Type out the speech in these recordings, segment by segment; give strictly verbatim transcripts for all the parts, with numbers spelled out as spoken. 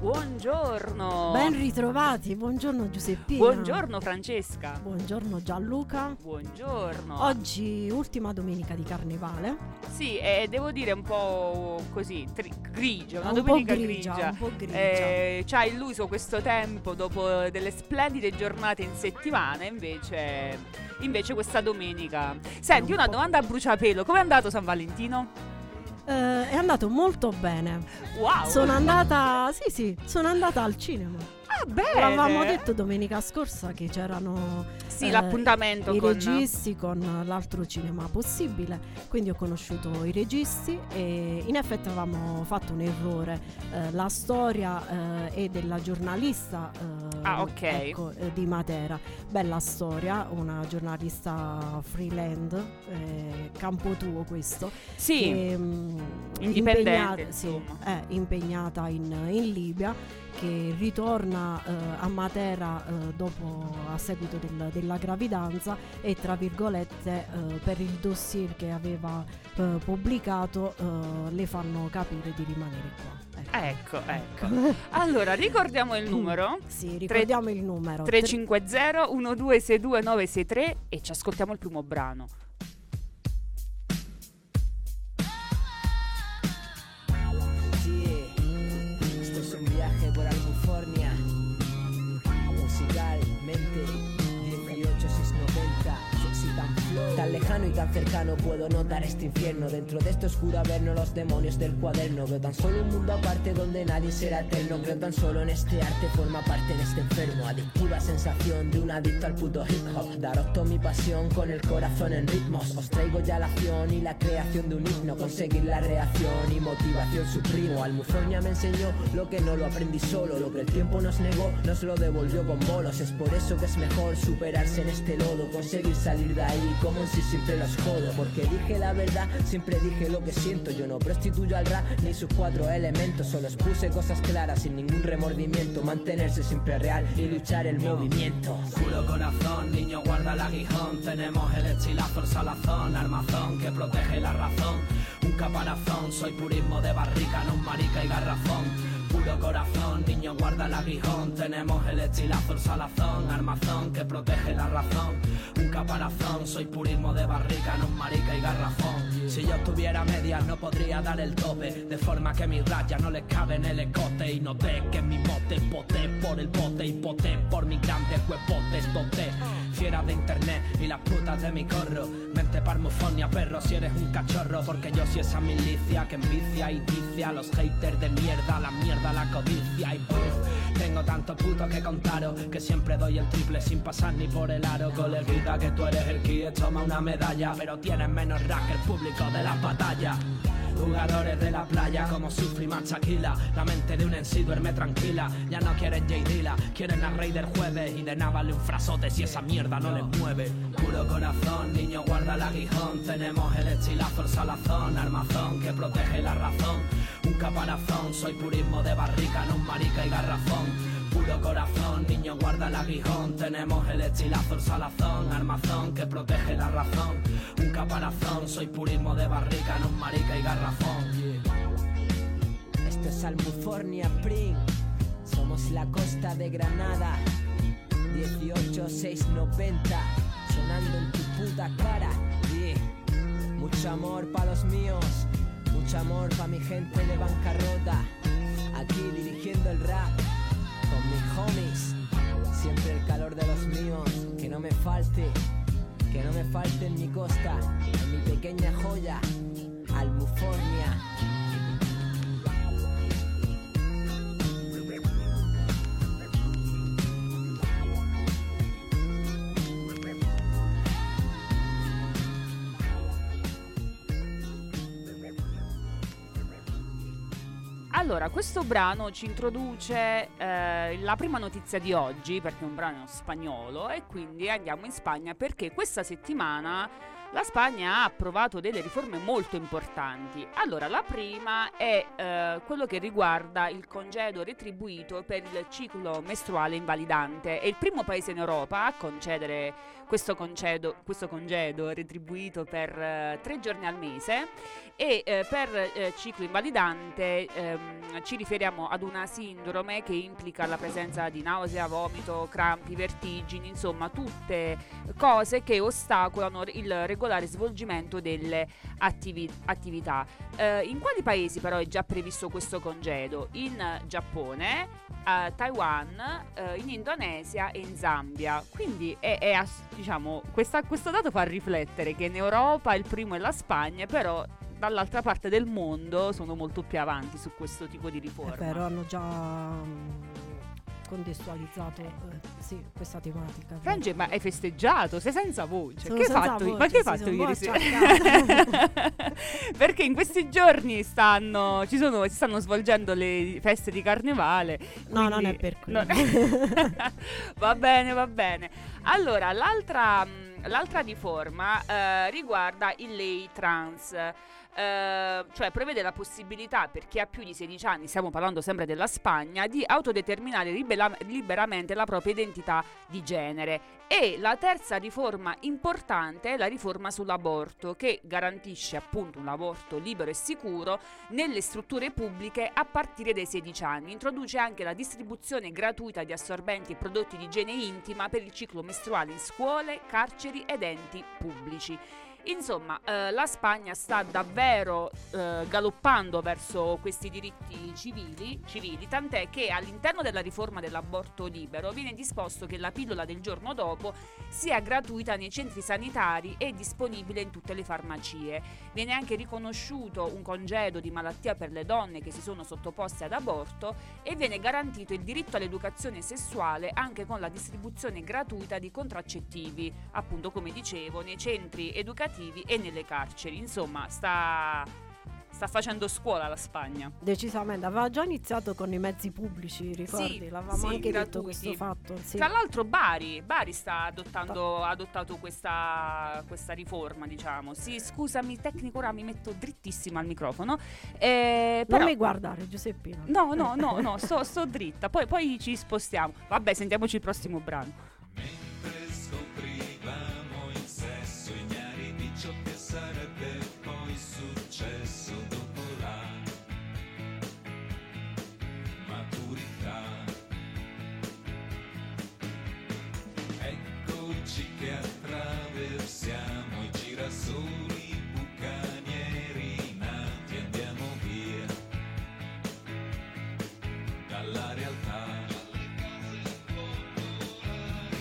Buongiorno. Ben ritrovati, buongiorno Giuseppina. Buongiorno Francesca. Buongiorno Gianluca. Buongiorno. Oggi ultima domenica di Carnevale. Sì, e devo dire un po' così, tri- grigia, una un domenica po' grigia, grigia. Un po' grigia. Eh, ci ha illuso questo tempo dopo delle splendide giornate in settimana, invece, invece questa domenica. Senti, Un una po'. domanda a bruciapelo, come è andato San Valentino? Eh, è andato molto bene. Wow. Sono andata, sì sì, sono andata al cinema. Ah, bene. L'avevamo detto domenica scorsa che c'erano Sì, l'appuntamento i con registi con l'altro cinema possibile, quindi ho conosciuto i registi e in effetti avevamo fatto un errore. Eh, la storia eh, è della giornalista eh, Ah, ok. ecco, eh, di Matera. Bella storia, una giornalista freelance, eh, campo tuo questo. Sì, che, mm, indipendente, impegnata, sì, insomma. è impegnata in, in Libia, che ritorna eh, a Matera eh, dopo, a seguito del- della gravidanza e tra virgolette eh, per il dossier che aveva eh, pubblicato eh, le fanno capire di rimanere qua. ecco, ecco. Allora, ricordiamo il numero. Sì, ricordiamo il numero tre cinque zero uno due sei due nove sei tre e ci ascoltiamo il primo brano. Esto es un viaje por California, musicalmente dieciocho seiscientos noventa. Sexy tan flow, tan lejano y tan cercano puedo notar este infierno. Dentro de este oscuro averno los demonios del cuaderno. Veo tan solo un mundo aparte donde nadie será eterno. Creo tan solo en este arte, forma parte de este enfermo. Adictiva sensación de un adicto al puto hip hop. Daros toda mi pasión con el corazón en ritmos. Os traigo ya la acción y la creación de un himno. Conseguir la reacción y motivación suprimo. Almufornia me enseñó lo que no lo aprendí solo. Lo que el tiempo nos negó nos lo devolvió con bolos. Es por eso que es mejor superarse en este lodo. Conseguir salir de ahí como en sí siempre los jodo. Porque dije la verdad, siempre dije lo que siento. Yo no prostituyo al rap ni sus cuatro elementos. Solo os puse cosas claras sin ningún remordimiento. Mantenerse siempre real y luchar el movimiento. Puro corazón, niño guarda el aguijón. Tenemos el estilazo, el salazón, armazón que protege la razón. Un caparazón, soy purismo de barrica, no un marica y garrafón. Puro corazón, niño guarda el aguijón. Tenemos el estilazo, el salazón, armazón que protege la razón. Un caparazón, soy purismo de barrica, no un marica y garrafón. Si yo estuviera medias no podría dar el tope, de forma que mis rayas no les caben el escote. Y noté que mi mote poté por el bote y poté por mis grandes huepotes doté. Fieras de internet y las putas de mi corro. Mente parmofonia, perro, si eres un cachorro. Porque yo si esa milicia que envicia y dice a los haters de mierda, la mierda, la codicia y puff. Tengo tantos putos que contaros que siempre doy el triple sin pasar ni por el aro. Coleguita que tú eres el que toma una medalla, pero tienes menos rap que el público de las batallas. Jugadores de la playa como Sufri Machaquila. La mente de un en sí duerme tranquila. Ya no quieren J Dilla, quieren a Rey del Jueves. Y de nada vale un frasote si esa mierda no les mueve. Puro corazón, niño guarda el aguijón. Tenemos el estilazo, el salazón, armazón que protege la razón. Un caparazón, soy purismo de barrica, no un marica y garrafón. Puro corazón, niño guarda el aguijón. Tenemos el estilazo, el salazón, armazón que protege la razón. Un caparazón, soy purismo de barrica, no un marica y garrafón. Esto es Almufornia Spring. Somos la costa de Granada. dieciocho seiscientos noventa. Sonando en tu puta cara. Yeah. Mucho amor pa' los míos. Mucho amor pa' mi gente de bancarrota. Aquí dirigiendo el rap con mis homies. Siempre el calor de los míos. Que no me falte. Que no me falte en mi costa. En mi pequeña joya. Almufornia. Allora, questo brano ci introduce eh, la prima notizia di oggi, perché è un brano spagnolo, e quindi andiamo in Spagna perché questa settimana la Spagna ha approvato delle riforme molto importanti. Allora, la prima è eh, quello che riguarda il congedo retribuito per il ciclo mestruale invalidante. È il primo paese in Europa a concedere questo congedo, questo congedo retribuito per eh, tre giorni al mese, e eh, per eh, ciclo invalidante ehm, ci riferiamo ad una sindrome che implica la presenza di nausea, vomito, crampi, vertigini, insomma tutte cose che ostacolano il regolare svolgimento delle attivi- attività. Eh, in quali paesi però è già previsto questo congedo? In Giappone, a Taiwan, eh, in Indonesia e in Zambia. Quindi è, è ass- diciamo, questa, questo dato fa riflettere che in Europa il primo è la Spagna, però dall'altra parte del mondo sono molto più avanti su questo tipo di riforma. È vero, hanno già um, contestualizzato eh, sì, questa tematica. Frange, ma hai festeggiato? Sei senza voce. Sono Che hai senza fatto? voce, Ma che hai sì, fatto sono ieri un po' sera? Perché in questi giorni stanno ci sono si stanno svolgendo le feste di carnevale. No, quindi- non è per quello. no. Va bene, va bene. Allora, l'altra, mh, l'altra riforma eh, riguarda il lei trans. Eh, cioè prevede la possibilità per chi ha più di sedici anni, stiamo parlando sempre della Spagna, di autodeterminare libera- liberamente la propria identità di genere. E la terza riforma importante è la riforma sull'aborto, che garantisce appunto un aborto libero e sicuro nelle strutture pubbliche a partire dai sedici anni. Introduce anche la distribuzione gratuita di assorbenti e prodotti di igiene intima per il ciclo mestruale in scuole, carceri ed enti pubblici. Insomma, eh, la Spagna sta davvero eh, galoppando verso questi diritti civili, civili, tant'è che all'interno della riforma dell'aborto libero viene disposto che la pillola del giorno dopo sia gratuita nei centri sanitari e disponibile in tutte le farmacie. Viene anche riconosciuto un congedo di malattia per le donne che si sono sottoposte ad aborto e viene garantito il diritto all'educazione sessuale anche con la distribuzione gratuita di contraccettivi, appunto come dicevo, nei centri educativi e nelle carceri. Insomma, sta, sta facendo scuola la Spagna. Decisamente, aveva già iniziato con i mezzi pubblici, ricordi? Sì, L'avevamo sì, anche gratuiti. detto questo fatto. Sì. Tra l'altro Bari, Bari sta adottando, ha adottato questa, questa riforma, diciamo. Sì, scusami, tecnico, ora mi metto drittissima al microfono. Eh, Non però, mi guardare, Giuseppina. No, no, no, no, sto, sto dritta. Poi, poi ci spostiamo. Vabbè, sentiamoci il prossimo brano. Mentre scoprivamo il sesso ignari di ciò che sarebbe poi successo dopo la maturità. Eccoci che attraversiamo i girasoli bucanieri nati, andiamo via dalla realtà.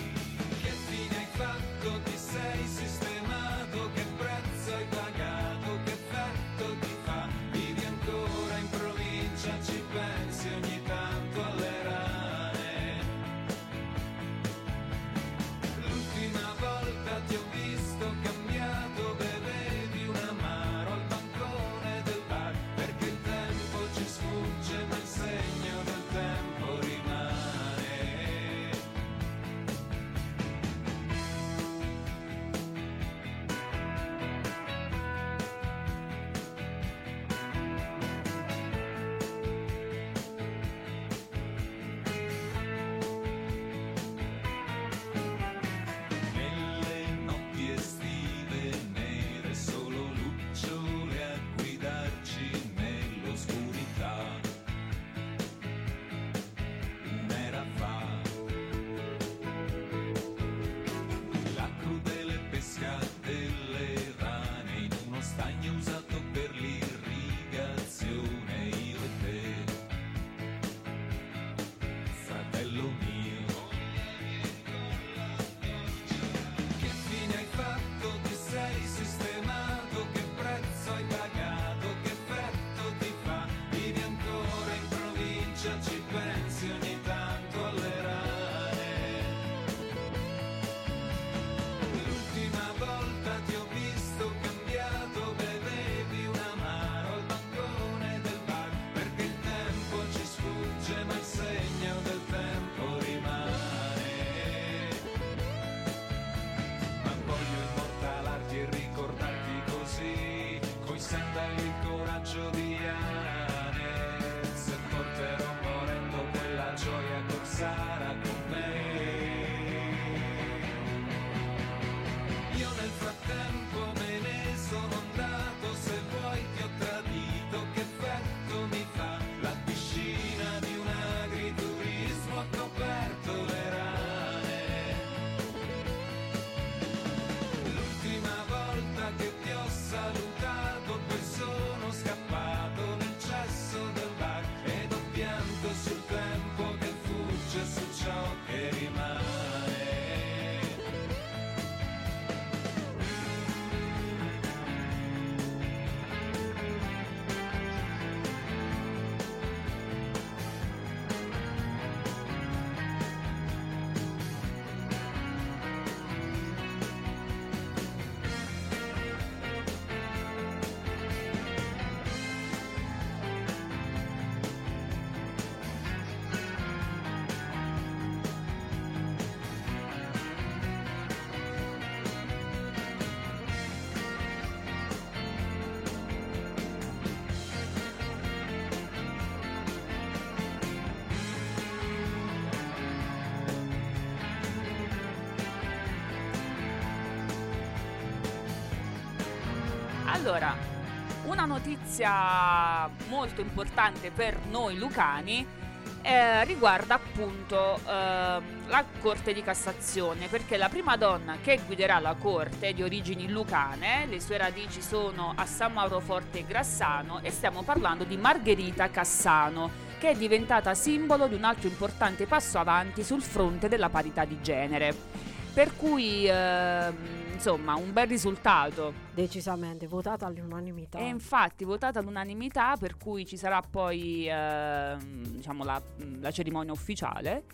Allora, una notizia molto importante per noi lucani eh, riguarda appunto eh, la Corte di Cassazione, perché la prima donna che guiderà la Corte è di origini lucane, le sue radici sono a San Mauro Forte e Grassano, e stiamo parlando di Margherita Cassano, che è diventata simbolo di un altro importante passo avanti sul fronte della parità di genere. Per cui, eh, insomma, un bel risultato. Decisamente, votata all'unanimità. E infatti votata all'unanimità, per cui ci sarà poi eh, diciamo la, la cerimonia ufficiale,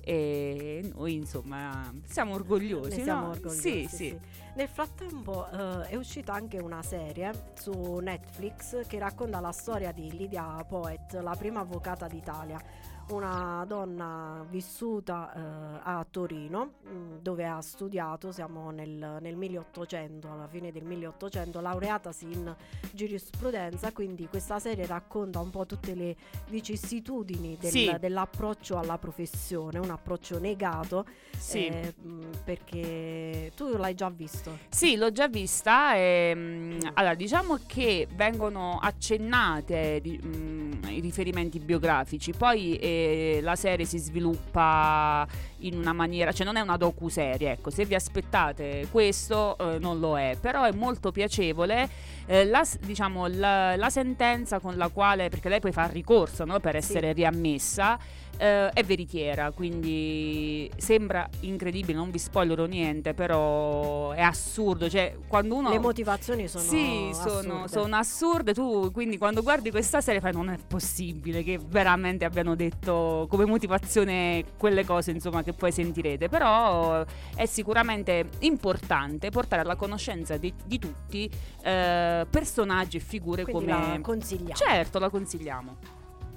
e noi insomma siamo orgogliosi. Ne siamo no? orgogliosi, Sì, sì. sì. Nel frattempo eh, è uscita anche una serie su Netflix che racconta la storia di Lydia Poet, la prima avvocata d'Italia, una donna vissuta eh, a Torino, mh, dove ha studiato, siamo nel, nel milleottocento, alla fine del milleottocento, laureatasi in giurisprudenza. Quindi questa serie racconta un po' tutte le vicissitudini del, Sì. dell'approccio alla professione, un approccio negato, Sì. eh, mh, perché tu l'hai già visto. Sì, l'ho già vista. E, mh, allora, diciamo che vengono accennate di, mh, i riferimenti biografici, poi eh, la serie si sviluppa in una maniera, cioè non è una docuserie, ecco, se vi aspettate questo eh, non lo è, però è molto piacevole. Eh, la, diciamo, la, la sentenza con la quale, perché lei poi fa ricorso, no, per essere Sì. riammessa, eh, è veritiera, quindi sembra incredibile, non vi spoilerò niente, però è assurdo, cioè quando uno... Le motivazioni sono Sì, sono assurde. sono assurde. Tu quindi quando guardi questa serie fai non è possibile che veramente abbiano detto come motivazione quelle cose, insomma, che poi sentirete. Però è sicuramente importante portare alla conoscenza di, di tutti eh, personaggi e figure Quindi come... la consigliamo. Certo, la consigliamo.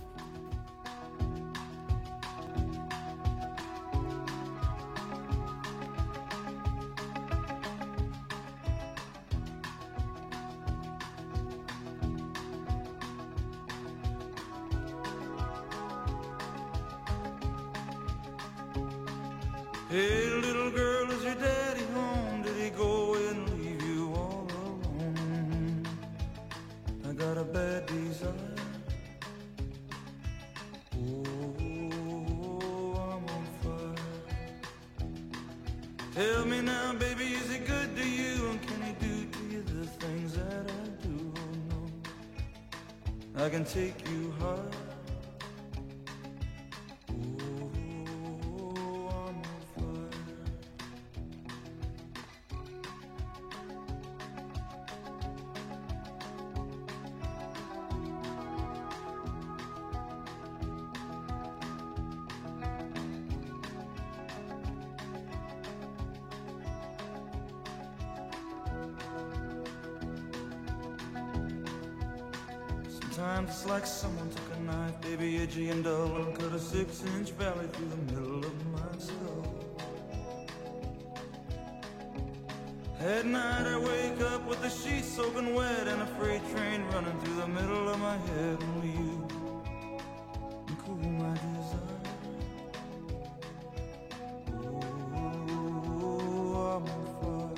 Hey, little girl, is your daddy home? Did he go away and leave you all alone? I got a bad desire. Oh, I'm on fire. Tell me now, baby, is he good to you? And can he do to you the things that I do? Oh, no, I can take you high. Sometimes it's like someone took a knife, baby, edgy and dull, and cut a six-inch valley through the middle of my skull. At night I wake up with the sheets soaking wet and a freight train running through the middle of my head. Only you can cool my desire. Oh, I'm on fire.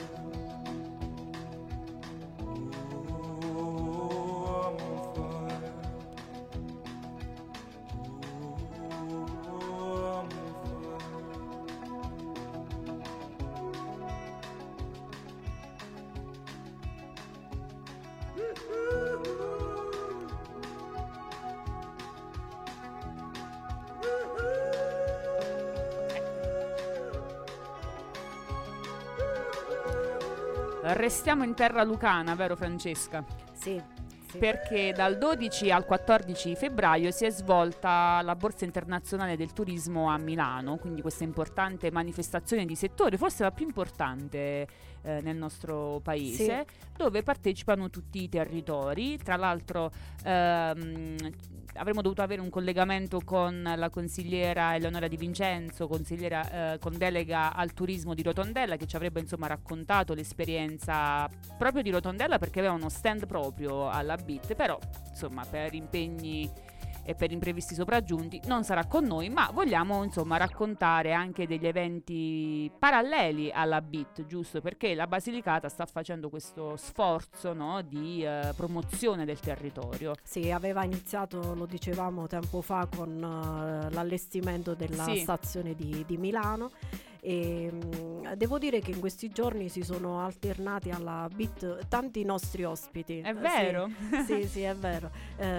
Restiamo in terra lucana, vero Francesca? Sì, sì. Perché dal dodici al quattordici febbraio si è svolta la Borsa Internazionale del Turismo a Milano, quindi questa importante manifestazione di settore, forse la più importante eh, nel nostro paese, sì, dove partecipano tutti i territori. Tra l'altro ehm, avremmo dovuto avere un collegamento con la consigliera Eleonora Di Vincenzo, consigliera eh, con delega al turismo di Rotondella, che ci avrebbe insomma raccontato l'esperienza proprio di Rotondella, perché aveva uno stand proprio alla B I T, però insomma per impegni e per imprevisti sopraggiunti non sarà con noi, ma vogliamo insomma raccontare anche degli eventi paralleli alla Beat, giusto? Perché la Basilicata sta facendo questo sforzo, no, di eh, promozione del territorio. Sì, aveva iniziato, lo dicevamo tempo fa, con uh, l'allestimento della Sì. stazione di, di Milano. E mh, devo dire che in questi giorni si sono alternati alla Beat tanti nostri ospiti. È Eh, vero? Sì, sì, sì, è vero.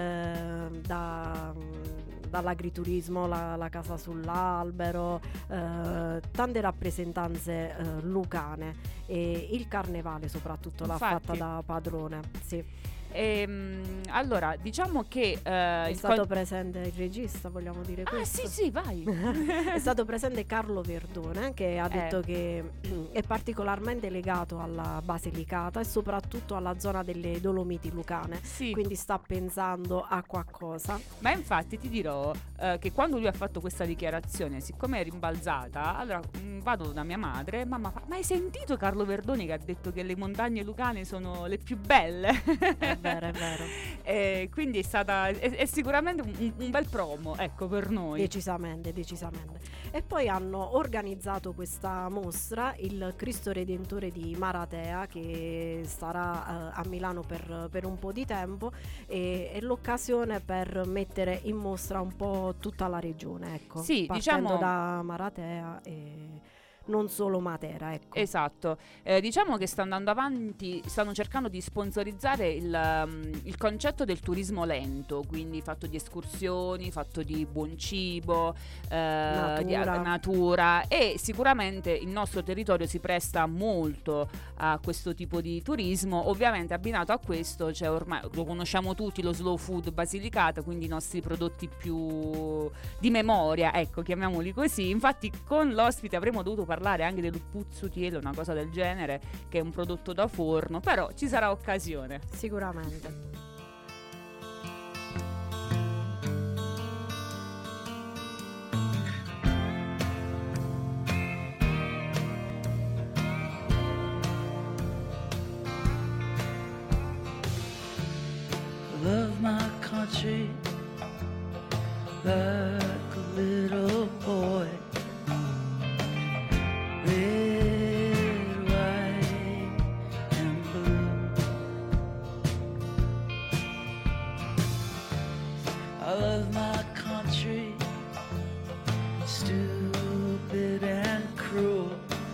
Eh, da, dall'agriturismo, la, la casa sull'albero, eh, tante rappresentanze eh, lucane, e il carnevale soprattutto l'ha Infatti. fatta da padrone. Sì. Ehm, allora, diciamo che eh, È il stato con- presente il regista, vogliamo dire Ah, questo? sì, sì, vai. È stato presente Carlo Verdone, che ha Eh. detto che è particolarmente legato alla Basilicata e soprattutto alla zona delle Dolomiti Lucane, Sì. quindi sta pensando a qualcosa. Ma infatti ti dirò eh, che quando lui ha fatto questa dichiarazione, siccome è rimbalzata, allora mh, vado da mia madre, mamma fa: ma hai sentito Carlo Verdoni che ha detto che le montagne lucane sono le più belle? È vero, è vero. E quindi è stata è, è sicuramente un, un bel promo, ecco, per noi. Decisamente, decisamente. E poi hanno organizzato questa mostra, il Cristo Redentore di Maratea, che starà eh, a Milano per, per un po' di tempo, e è l'occasione per mettere in mostra un po' tutta la regione, ecco, Sì, partendo diciamo- da Maratea e non solo Matera, ecco. Esatto, eh, diciamo che sta andando avanti, stanno cercando di sponsorizzare il, um, il concetto del turismo lento, quindi fatto di escursioni, fatto di buon cibo, eh, di Natura. a- natura, e sicuramente il nostro territorio si presta molto a questo tipo di turismo. Ovviamente abbinato a questo c'è, ormai lo conosciamo tutti, lo slow food Basilicata, quindi i nostri prodotti più di memoria, ecco, chiamiamoli così. Infatti con l'ospite avremmo dovuto parlare anche del puzzutiello, una cosa del genere, che è un prodotto da forno, però ci sarà occasione. Sicuramente. Love my country like a little boy. Red, white, and blue. I love my country, stupid and cruel.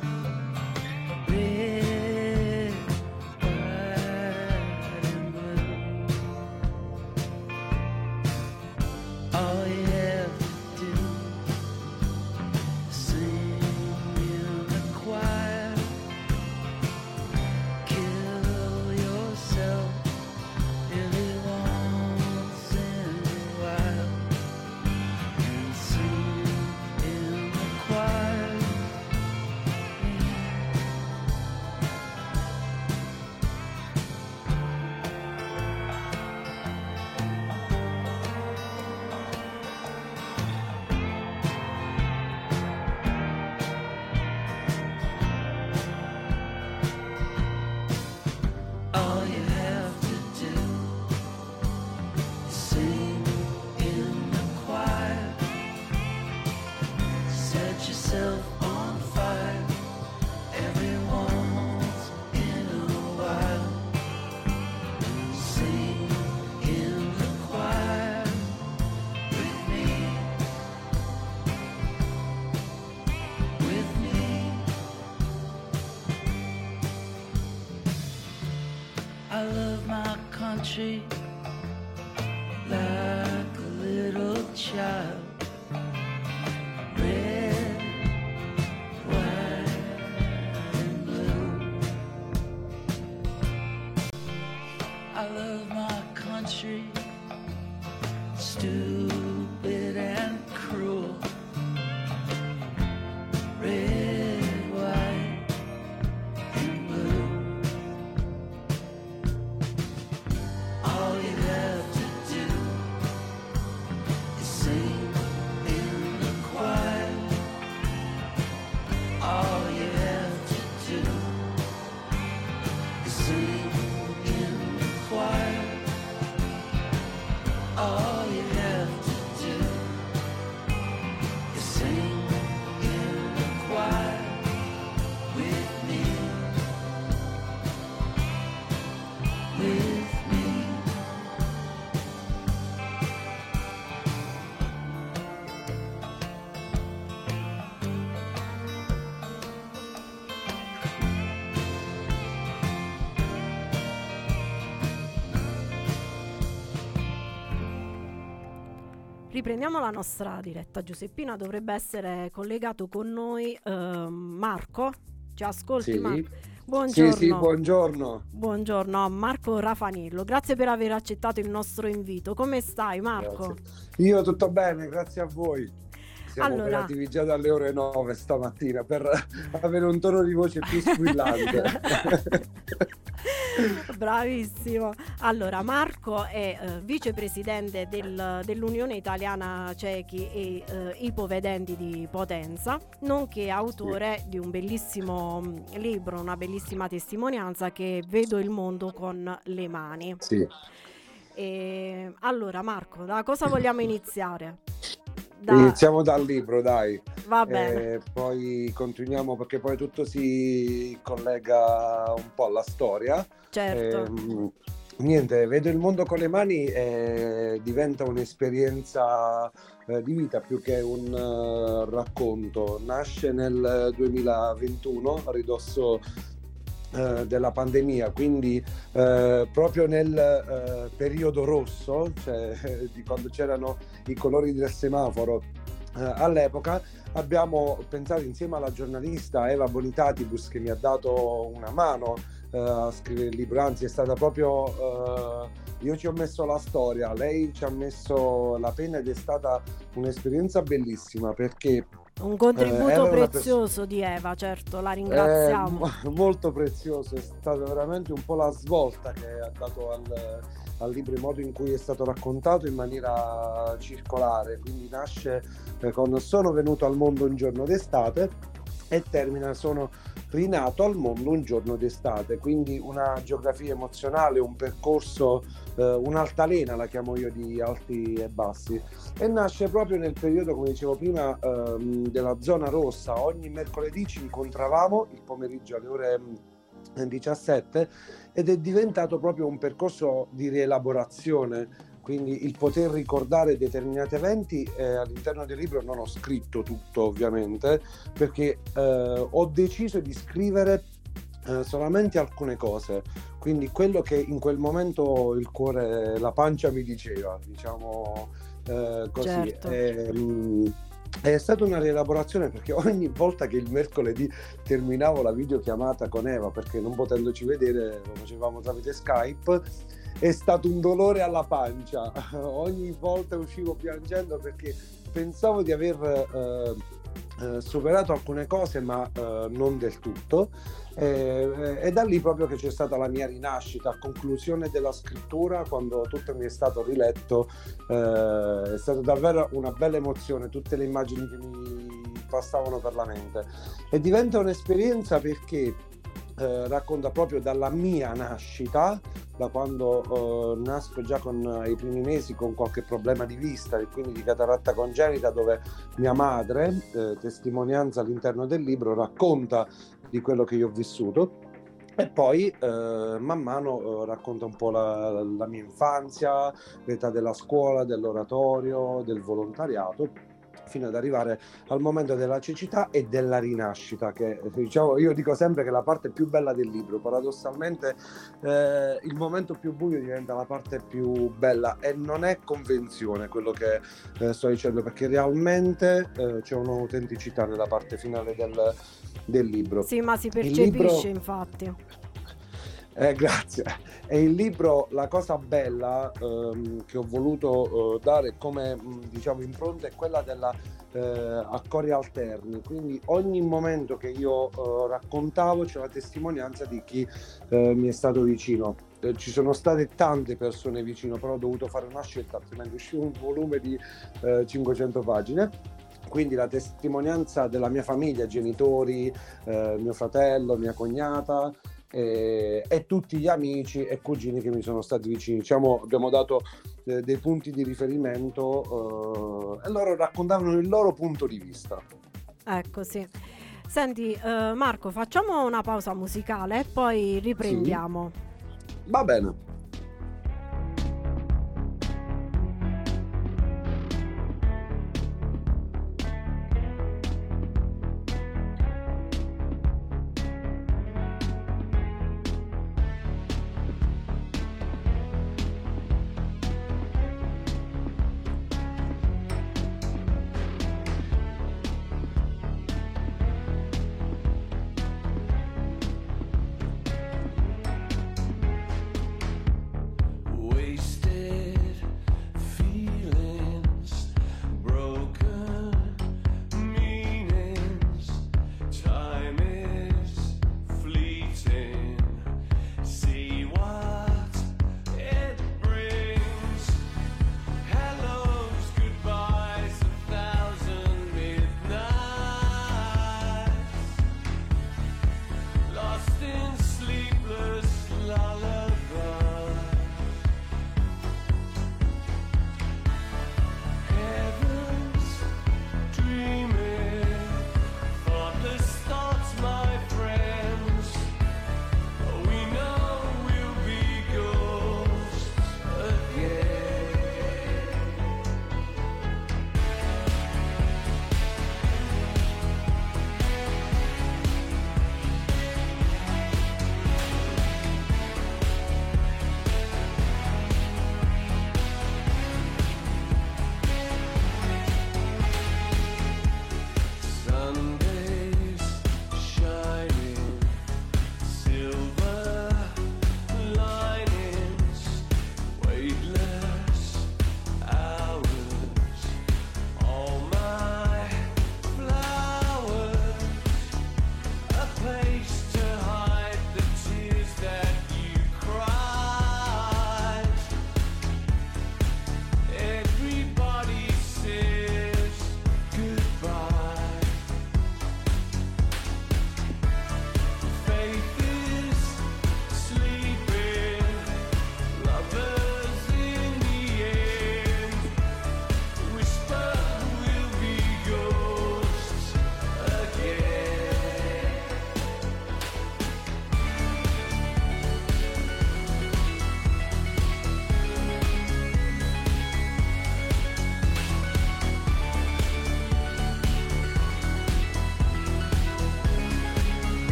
Red, white, and blue. All you have to do is sing in the choir, kill yourself really once in a while, and sing in the choir. All you have to do is sing in the choir, set yourself on fire every once in a while. Sing in the choir with me, with me. I love my country like a little child. Red, white, and blue. I love my country, stupid and cruel. Red, white, and blue. All you have to do is sing in the choir. All you have to do is sing in the choir. All you have Riprendiamo la nostra diretta. Giuseppina, dovrebbe essere collegato con noi eh, Marco. Ci ascolti, Sì. Marco? Buongiorno. Sì, sì, buongiorno. Buongiorno, Marco Rafanillo. Grazie per aver accettato il nostro invito. Come stai, Marco? Grazie. Io tutto bene, grazie a voi. Siamo Allora- operativi già dalle ore nove stamattina per avere un tono di voce più squillante. Bravissimo. Allora, Marco è eh, vicepresidente del- dell'Unione Italiana Ciechi e eh, Ipovedenti di Potenza, nonché autore di un bellissimo mm, libro, una bellissima testimonianza che è Vedo il mondo con le mani. Sì. E, allora, Marco, da cosa vogliamo iniziare? Da- Iniziamo dal libro, dai. Va bene. E poi continuiamo perché poi tutto si collega un po' alla storia. Certo. Ehm, niente, Vedo il mondo con le mani e diventa un'esperienza eh, di vita più che un eh, racconto. Nasce nel duemilaventuno, a ridosso eh, della pandemia, quindi eh, proprio nel eh, periodo rosso, cioè di quando c'erano i colori del semaforo. Eh, all'epoca abbiamo pensato insieme alla giornalista Eva Bonitatibus, che mi ha dato una mano eh, a scrivere il libro, anzi è stata proprio eh, io ci ho messo la storia, lei ci ha messo la penna ed è stata un'esperienza bellissima perché Un eh, contributo era una prezioso di Eva, certo, la ringraziamo. eh, mo- molto prezioso, è stata veramente un po' la svolta che ha dato al, al libro, il modo in cui è stato raccontato in maniera circolare, quindi nasce eh, con sono venuto al mondo un giorno d'estate e termina sono rinato al mondo un giorno d'estate, quindi una geografia emozionale, un percorso, eh, un'altalena la chiamo io, di alti e bassi, e nasce proprio nel periodo, come dicevo prima, ehm, della zona rossa. Ogni mercoledì ci incontravamo il pomeriggio alle ore mm, diciassette ed è diventato proprio un percorso di rielaborazione, quindi il poter ricordare determinati eventi. Eh, all'interno del libro non ho scritto tutto ovviamente perché eh, ho deciso di scrivere eh, solamente alcune cose, quindi quello che in quel momento il cuore, la pancia mi diceva, diciamo eh, così. Certo. E, mh, è stata una rielaborazione perché ogni volta che il mercoledì terminavo la videochiamata con Eva, perché non potendoci vedere lo facevamo tramite Skype, è stato un dolore alla pancia. Ogni volta uscivo piangendo perché pensavo di aver eh, eh, superato alcune cose, ma eh, non del tutto. Eh, è da lì proprio che c'è stata la mia rinascita a conclusione della scrittura, quando tutto mi è stato riletto. Eh, è stata davvero una bella emozione, tutte le immagini che mi passavano per la mente, e diventa un'esperienza perché eh, racconta proprio dalla mia nascita, da quando eh, nasco già con eh, i primi mesi con qualche problema di vista e quindi di cataratta congenita, dove mia madre, eh, testimonianza all'interno del libro, racconta di quello che io ho vissuto, e poi eh, man mano eh, racconta un po' la, la mia infanzia, l'età della scuola, dell'oratorio, del volontariato, fino ad arrivare al momento della cecità e della rinascita, che diciamo, io dico sempre che è la parte più bella del libro. Paradossalmente eh, il momento più buio diventa la parte più bella, e non è convenzione quello che eh, sto dicendo, perché realmente eh, c'è un'autenticità nella parte finale del, del libro. Sì, ma si Il percepisce, libro- infatti. Eh, grazie. E il libro, la cosa bella ehm, che ho voluto eh, dare come mh, diciamo impronta è quella della eh, a cori alterni, quindi ogni momento che io eh, raccontavo c'è la testimonianza di chi eh, mi è stato vicino. Eh, ci sono state tante persone vicino, però ho dovuto fare una scelta, altrimenti usciva un volume di eh, cinquecento pagine. Quindi la testimonianza della mia famiglia, genitori, eh, mio fratello, mia cognata, e, e tutti gli amici e cugini che mi sono stati vicini. Diciamo, abbiamo dato eh, dei punti di riferimento eh, e loro raccontavano il loro punto di vista. Ecco, sì. Senti, eh, Marco, facciamo una pausa musicale e poi riprendiamo. Va bene.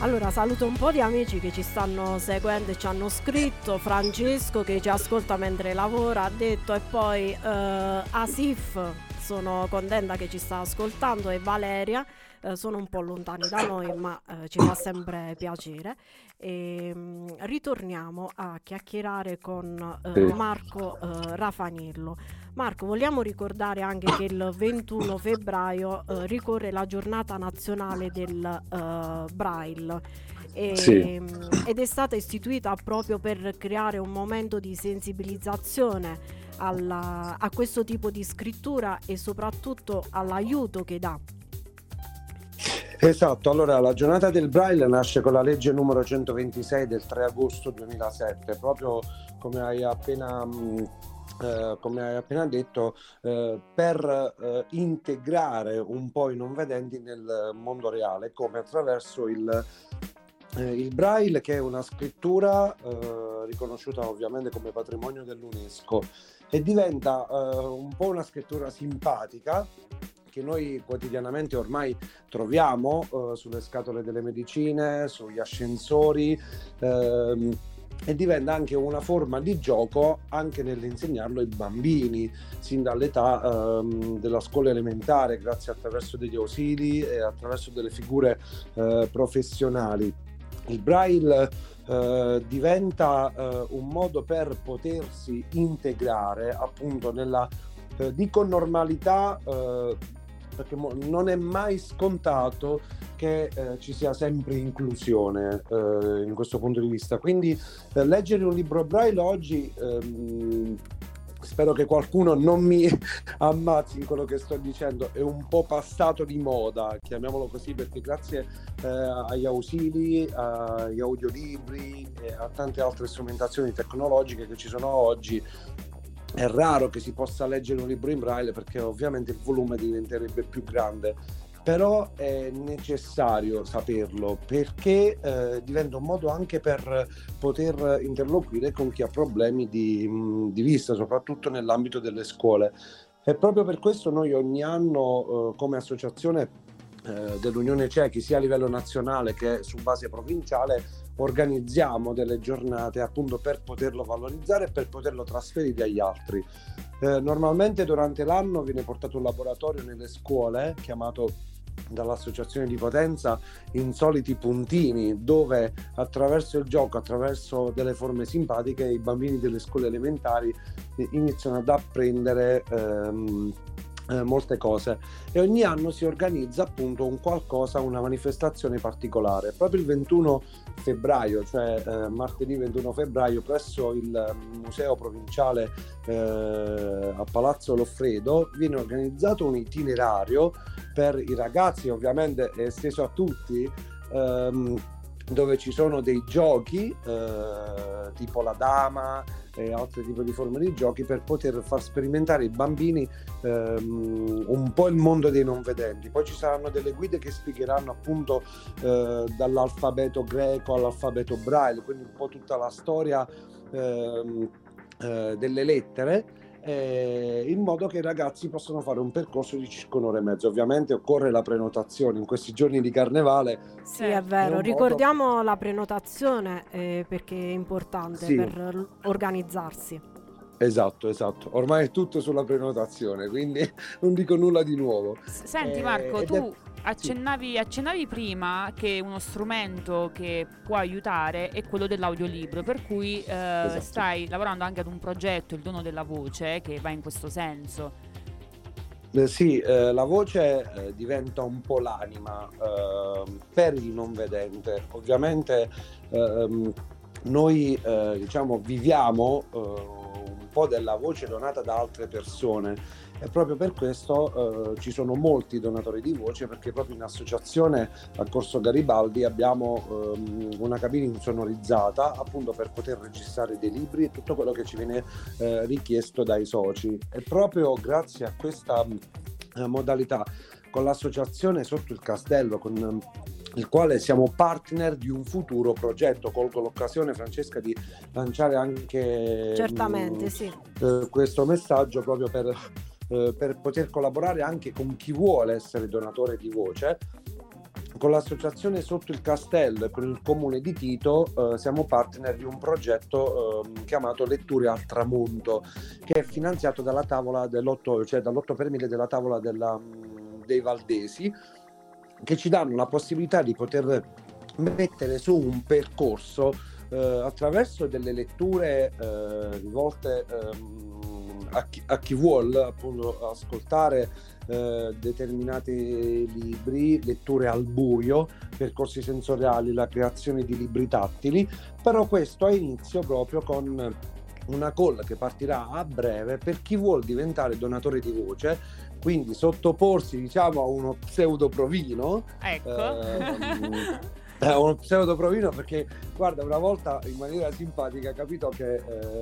Allora saluto un po' di amici che ci stanno seguendo e ci hanno scritto. Francesco che ci ascolta mentre lavora ha detto, e poi eh, Asif, sono contenta che ci sta ascoltando, e Valeria, eh, sono un po' lontani da noi ma eh, ci fa sempre piacere. E, mh, ritorniamo a chiacchierare con eh, Sì. Marco eh, Rafaniello. Marco, vogliamo ricordare anche che il ventuno febbraio eh, ricorre la giornata nazionale del eh, Braille e, Sì. mh, ed è stata istituita proprio per creare un momento di sensibilizzazione alla- a questo tipo di scrittura e soprattutto all'aiuto che dà. Esatto, allora la giornata del Braille nasce con la legge numero centoventisei del tre agosto duemilasette, proprio come hai appena, mh, eh, come hai appena detto, eh, per eh, integrare un po' i non vedenti nel mondo reale, come attraverso il, eh, il Braille, che è una scrittura eh, riconosciuta ovviamente come patrimonio dell'UNESCO, e diventa eh, un po' una scrittura simpatica che noi quotidianamente ormai troviamo eh, sulle scatole delle medicine, sugli ascensori, ehm, e diventa anche una forma di gioco anche nell'insegnarlo ai bambini sin dall'età ehm, della scuola elementare, grazie attraverso degli ausili e attraverso delle figure eh, professionali. Il Braille eh, diventa eh, un modo per potersi integrare appunto nella eh, dico normalità eh, perché mo- non è mai scontato che eh, ci sia sempre inclusione eh, in questo punto di vista. Quindi eh, leggere un libro Braille oggi, ehm, spero che qualcuno non mi ammazzi in quello che sto dicendo, è un po' passato di moda, chiamiamolo così, perché grazie eh, agli ausili, agli audiolibri e a tante altre strumentazioni tecnologiche che ci sono oggi, è raro che si possa leggere un libro in Braille, perché ovviamente il volume diventerebbe più grande, però è necessario saperlo, perché eh, diventa un modo anche per poter interloquire con chi ha problemi di, di vista, soprattutto nell'ambito delle scuole. E proprio per questo noi ogni anno eh, come associazione eh, dell'Unione Ciechi, sia a livello nazionale che su base provinciale, organizziamo delle giornate appunto per poterlo valorizzare e per poterlo trasferire agli altri. Eh, normalmente durante l'anno viene portato un laboratorio nelle scuole chiamato dall'associazione di Potenza Insoliti Puntini, dove attraverso il gioco, attraverso delle forme simpatiche, i bambini delle scuole elementari iniziano ad apprendere ehm, eh, molte cose, e ogni anno si organizza appunto un qualcosa, una manifestazione particolare. Proprio il ventuno febbraio, cioè eh, martedì ventuno febbraio, presso il museo provinciale eh, a Palazzo Loffredo viene organizzato un itinerario per i ragazzi, ovviamente è esteso a tutti, ehm, dove ci sono dei giochi eh, tipo la dama e altri tipi di forme di giochi, per poter far sperimentare ai bambini ehm, un po' il mondo dei non vedenti. Poi ci saranno delle guide che spiegheranno appunto eh, dall'alfabeto greco all'alfabeto Braille, quindi un po' tutta la storia ehm, eh, delle lettere, eh, in modo che i ragazzi possano fare un percorso di circa un'ora e mezza. Ovviamente occorre la prenotazione in questi giorni di carnevale. Sì, è vero, ricordiamo la prenotazione eh, perché è importante, sì, per l- organizzarsi. Esatto, esatto. Ormai è tutto sulla prenotazione, quindi non dico nulla di nuovo. Senti Eh, Marco, ed tu è- accennavi, accennavi prima che uno strumento che può aiutare è quello dell'audiolibro, per cui eh, Esatto. stai lavorando anche ad un progetto, il dono della voce, che va in questo senso. Eh, sì, eh, la voce eh, diventa un po' l'anima eh, per il non vedente. Ovviamente ehm, noi eh, diciamo viviamo eh, un po' della voce donata da altre persone, e proprio per questo eh, ci sono molti donatori di voce, perché proprio in associazione a Corso Garibaldi abbiamo ehm, una cabina insonorizzata appunto per poter registrare dei libri e tutto quello che ci viene eh, richiesto dai soci. E proprio grazie a questa eh, modalità, con l'associazione Sotto il Castello, con il quale siamo partner di un futuro progetto, colgo l'occasione, Francesca, di lanciare anche Certamente, mh, sì. eh, questo messaggio proprio per, eh, per poter collaborare anche con chi vuole essere donatore di voce. con l'associazione Sotto il Castello e con il comune di Tito eh, siamo partner di un progetto eh, chiamato Letture al Tramonto, che è finanziato dalla tavola dell'otto, cioè dall'otto per mille della tavola della, dei Valdesi, che ci danno la possibilità di poter mettere su un percorso eh, attraverso delle letture eh, rivolte ehm, a, chi, a chi vuole appunto ascoltare eh, determinati libri, letture al buio, percorsi sensoriali, la creazione di libri tattili, però questo ha inizio proprio con una call che partirà a breve per chi vuol diventare donatore di voce, quindi sottoporsi diciamo a uno pseudoprovino. Ecco. Ehm, È uno pseudoprovino perché, guarda, una volta in maniera simpatica capito che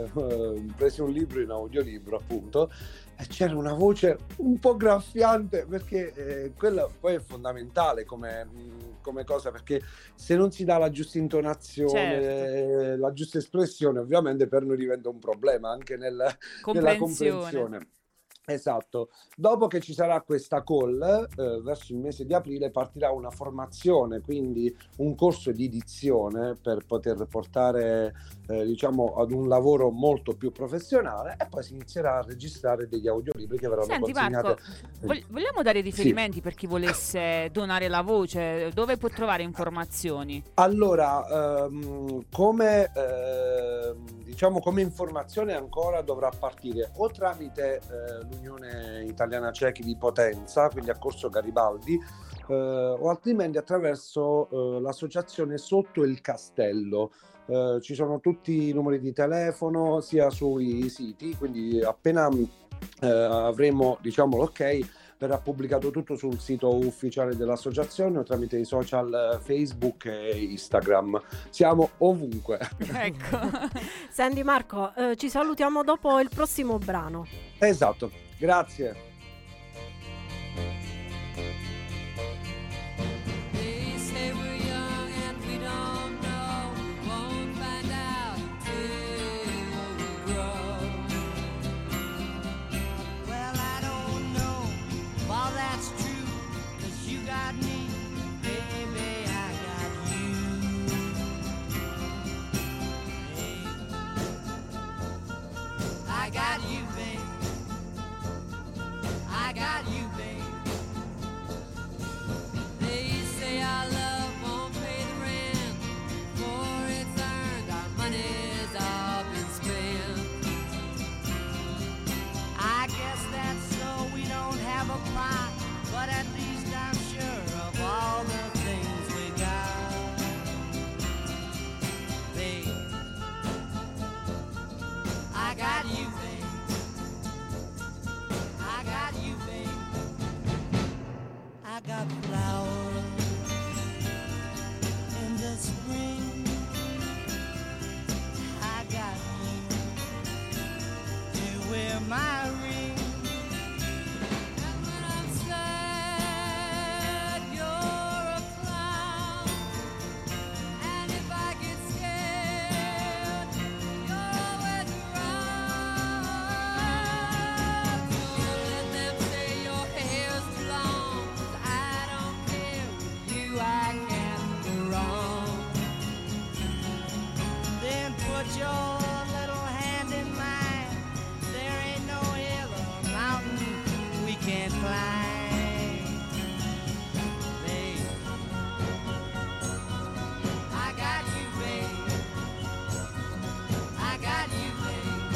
eh, presi un libro in audiolibro appunto e c'era una voce un po' graffiante, perché eh, quella poi è fondamentale come, come cosa, perché se non si dà la giusta intonazione, Certo. eh, la giusta espressione, ovviamente per noi diventa un problema anche nel, nella Comprensione. comprensione. Esatto, dopo che ci sarà questa call, eh, verso il mese di aprile partirà una formazione, quindi un corso di dizione per poter portare eh, diciamo ad un lavoro molto più professionale, e poi si inizierà a registrare degli audiolibri che verranno Senti consegnati. Marco, vog- vogliamo dare riferimenti sì. per chi volesse donare la voce? Dove può trovare informazioni? Allora, ehm, come ehm, diciamo come informazione ancora dovrà partire o tramite eh, l'Unione Italiana Ciechi di Potenza, quindi a Corso Garibaldi, eh, o altrimenti attraverso eh, l'associazione Sotto il Castello. Eh, ci sono tutti i numeri di telefono sia sui siti, quindi appena eh, avremo diciamo l'ok verrà pubblicato tutto sul sito ufficiale dell'associazione o tramite i social Facebook e Instagram. Siamo ovunque. Ecco. Senti Marco, eh, ci salutiamo dopo il prossimo brano. Esatto, grazie. I got you, babe. I got you, babe. They say our love won't pay the rent, for it's earned, our money's all been spent. I guess that's so we don't have a plot, but at least I'm sure of all the things we got. Babe, I got you, babe. I got you, babe. I got flowers in the spring. I got you to wear my ring. And when I'm sad, you're a clown. And if I get scared, you're always around. So let them say your hair's too long, 'cause I don't care. With you I can't go wrong. Then put your little hand in mine. There ain't no hill or mountain we can't climb. Babe, I got you, babe. I got you, babe.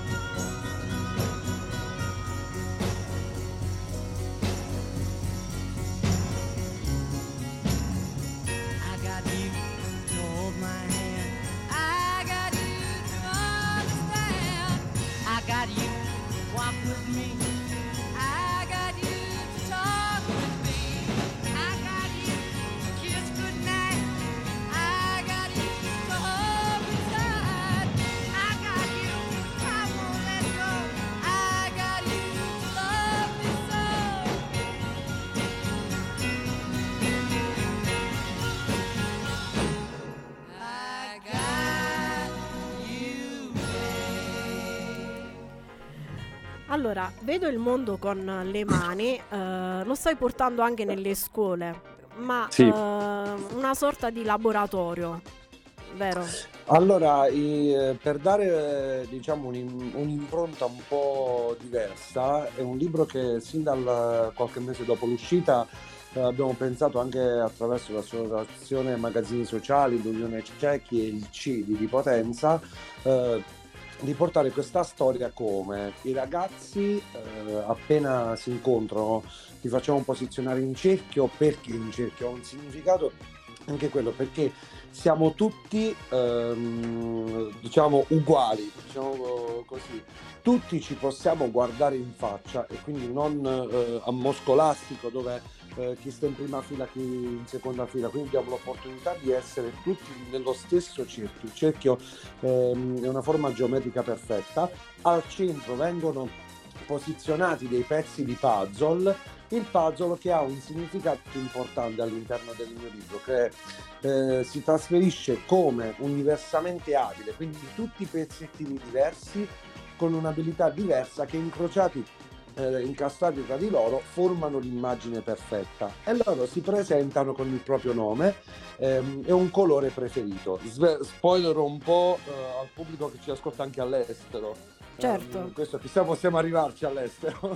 I got you to hold my hand. I got you to understand. I got you to walk with me. I got you to talk with me. I got you to kiss goodnight. I got you to hold me tight. I got you, come on, let's go. I got you to love me so. I got you, babe. Allora, vedo il mondo con le mani, eh, lo stai portando anche nelle scuole. ma Sì. eh, una sorta di laboratorio, vero? Allora, i- eh, per dare eh, diciamo un'im- un'impronta un po' diversa, è un libro che sin dal qualche mese dopo l'uscita eh, abbiamo pensato anche attraverso l'associazione Magazzini Sociali, l'Unione Ciechi e il C di Potenza eh, di portare questa storia come i ragazzi eh, appena si incontrano li facciamo posizionare in cerchio. Perché in cerchio ha un significato anche quello, perché siamo tutti ehm, diciamo uguali, diciamo così, tutti ci possiamo guardare in faccia e quindi non eh, a mo' scolastico dove eh, chi sta in prima fila, chi in seconda fila, quindi abbiamo l'opportunità di essere tutti nello stesso cerchio. Il cerchio ehm, è una forma geometrica perfetta, al centro vengono posizionati dei pezzi di puzzle, il puzzle che ha un significato importante all'interno del mio libro, che eh, si trasferisce come un diversamente abile, quindi tutti pezzettini diversi con un'abilità diversa che incrociati, eh, incastrati tra di loro, formano l'immagine perfetta e loro si presentano con il proprio nome ehm, e un colore preferito. Sve- spoilerò un po' eh, al pubblico che ci ascolta anche all'estero. Certo. Ehm, questo chissà possiamo arrivarci all'estero.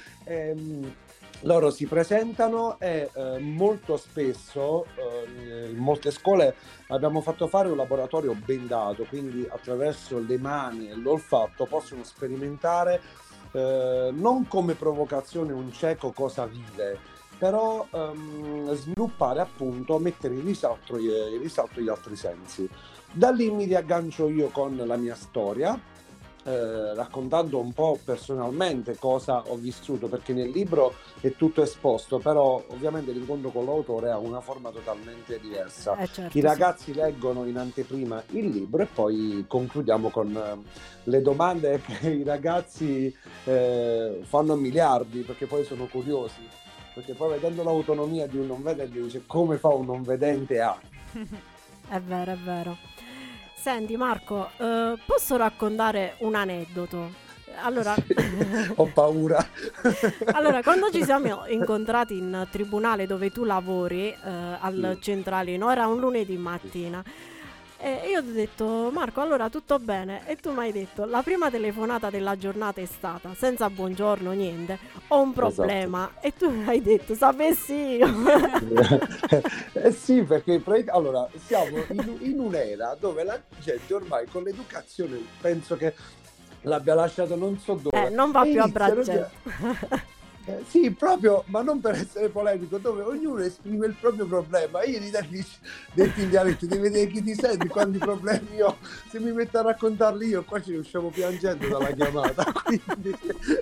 Ehm, loro si presentano e eh, molto spesso eh, in molte scuole abbiamo fatto fare un laboratorio bendato, quindi attraverso le mani e l'olfatto possono sperimentare eh, non come provocazione un cieco cosa vive, però ehm, sviluppare appunto, mettere in risalto, in risalto gli altri sensi. Da lì mi riaggancio io con la mia storia, Eh, raccontando un po' personalmente cosa ho vissuto, perché nel libro è tutto esposto, però ovviamente l'incontro con l'autore ha una forma totalmente diversa. Eh, certo, I sì. ragazzi leggono in anteprima il libro e poi concludiamo con eh, le domande che i ragazzi eh, fanno a miliardi, perché poi sono curiosi, perché poi vedendo l'autonomia di un non vedente dice: come fa un non vedente a... È vero, è vero. Senti Marco, eh, posso raccontare un aneddoto? Allora, Ho paura. allora, quando ci siamo incontrati in tribunale dove tu lavori, eh, al Sì. centralino, era un lunedì mattina. E io ti ho detto: Marco, allora tutto bene? E tu mi hai detto: la prima telefonata della giornata è stata senza buongiorno, niente, ho un problema. E tu mi hai detto: sapessi io. Eh sì, perché pre- allora siamo in, in un'era dove la gente ormai con l'educazione penso che l'abbia lasciato non so dove. Eh, non va E più a iniziano braccetto. già- Eh, sì, proprio, ma non per essere polemico, dove ognuno esprime il proprio problema. Io gli dico, detti in dialetto, devi vedere chi ti senti, quanti problemi ho. Se mi metto a raccontarli io, qua ci usciamo piangendo dalla chiamata. Quindi...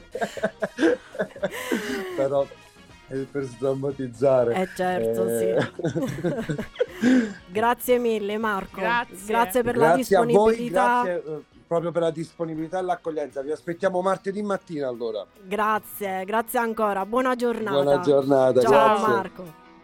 Però è per sdrammatizzare. Eh certo, Eh, sì. Grazie mille Marco. Grazie. Grazie per la Grazie a voi, disponibilità. grazie eh, proprio per la disponibilità e l'accoglienza. Vi aspettiamo martedì mattina allora. Grazie, grazie ancora. Buona giornata. Buona giornata, Ciao grazie. Marco.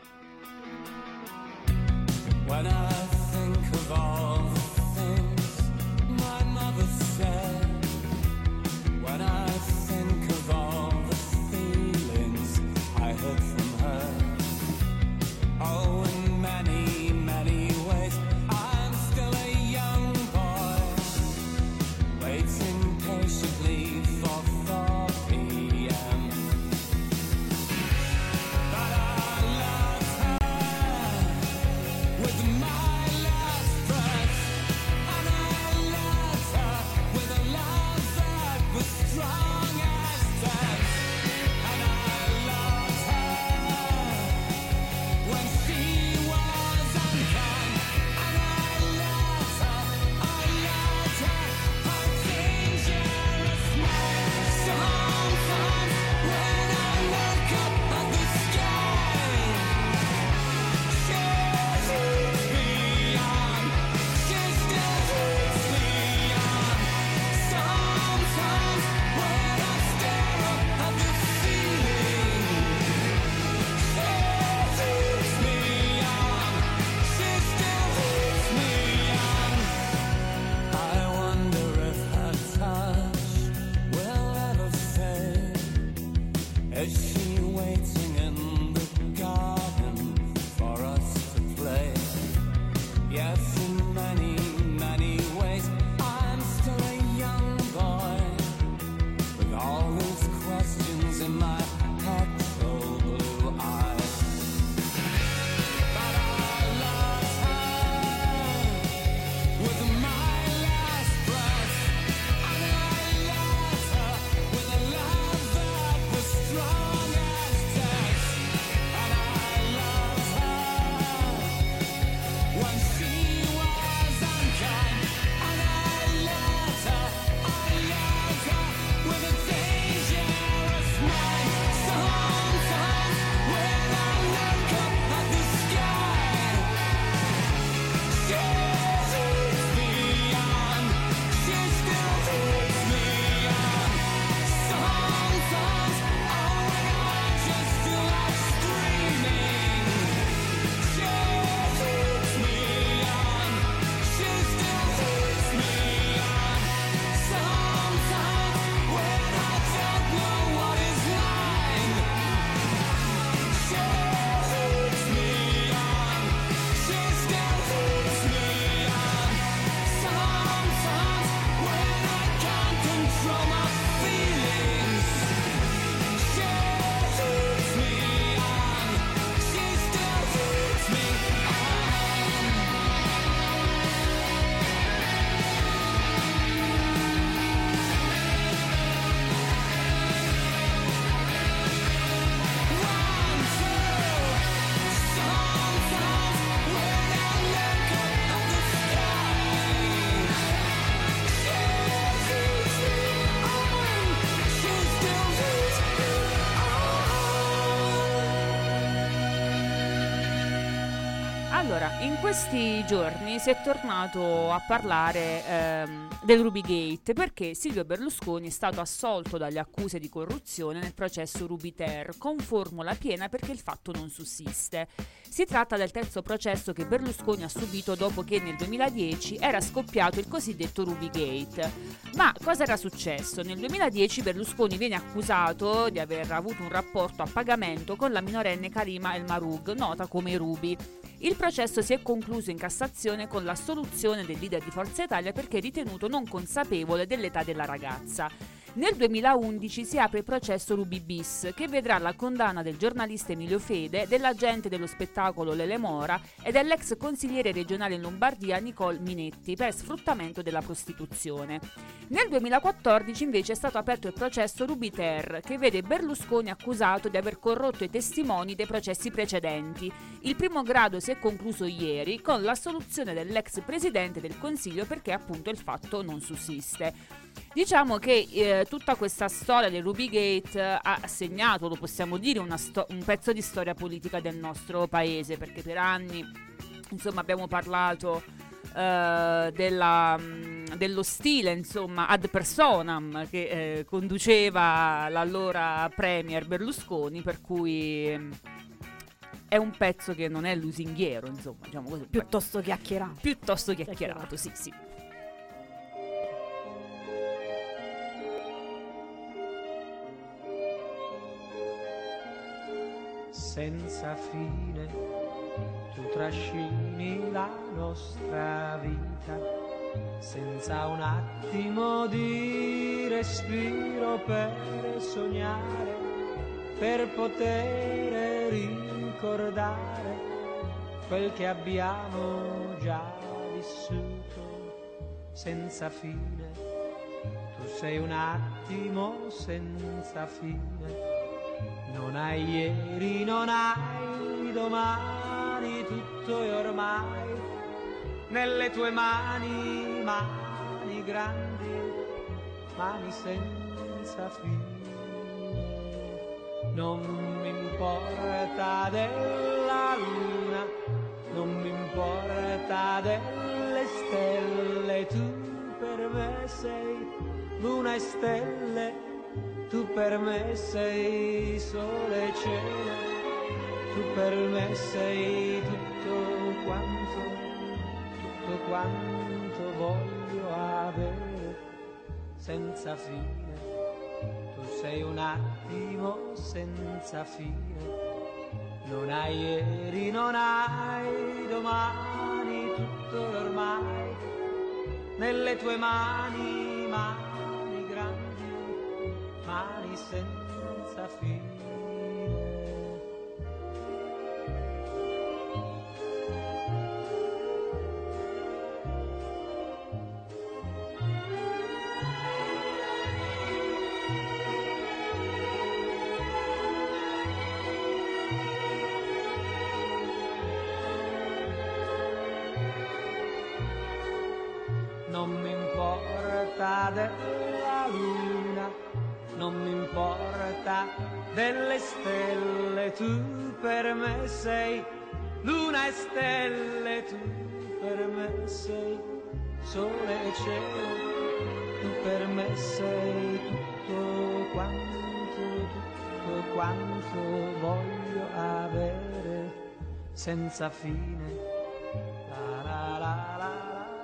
When I think of all the things my mother said, when I think of all the feelings I heard from her, oh, in many, many ways, I'm still a young boy, waiting patiently for four p m But I loved her with my Allora, in questi giorni si è tornato a parlare ehm, del Rubygate perché Silvio Berlusconi è stato assolto dalle accuse di corruzione nel processo Ruby-Ter con formula piena perché il fatto non sussiste. Si tratta del terzo processo che Berlusconi ha subito dopo che nel duemiladieci era scoppiato il cosiddetto Rubygate. Ma cosa era successo? Nel duemiladieci Berlusconi viene accusato di aver avuto un rapporto a pagamento con la minorenne Karima El Mahroug, nota come Ruby. Il processo si è concluso in Cassazione con l'assoluzione del leader di Forza Italia perché ritenuto non consapevole dell'età della ragazza. Nel duemilaundici si apre il processo Ruby Bis, che vedrà la condanna del giornalista Emilio Fede, dell'agente dello spettacolo Lele Mora e dell'ex consigliere regionale in Lombardia Nicole Minetti per sfruttamento della prostituzione. Nel duemilaquattordici invece è stato aperto il processo Ruby-Ter, che vede Berlusconi accusato di aver corrotto i testimoni dei processi precedenti. Il primo grado si è concluso ieri con l'assoluzione dell'ex presidente del Consiglio perché appunto il fatto non sussiste. Diciamo che eh, tutta questa storia del Rubygate eh, ha segnato, lo possiamo dire, una sto- un pezzo di storia politica del nostro paese, perché per anni insomma abbiamo parlato eh, della, mh, dello stile insomma ad personam che eh, conduceva l'allora premier Berlusconi, per cui eh, è un pezzo che non è lusinghiero, insomma, diciamo così, Piuttosto chiacchierato. piuttosto chiacchierato, sì sì. Senza fine tu trascini la nostra vita, senza un attimo di respiro per sognare, per poter ricordare quel che abbiamo già vissuto. Senza fine, tu sei un attimo senza fine. Non hai ieri, non hai domani, tutto è ormai nelle tue mani, mani grandi, mani senza fine. Non mi importa della luna, non mi importa delle stelle, tu per me sei luna e stelle. Tu per me sei sole e cielo, tu per me sei tutto quanto, tutto quanto voglio avere, senza fine. Tu sei un attimo senza fine, non hai ieri, non hai domani, tutto è ormai nelle tue mani, mani grandi, mani senza fine. Non mi importa della luna, non mi importa delle stelle, tu per me sei luna e stelle, tu per me sei sole e cielo, tu per me sei tutto quanto, tutto quanto voglio avere, senza fine. La la la la.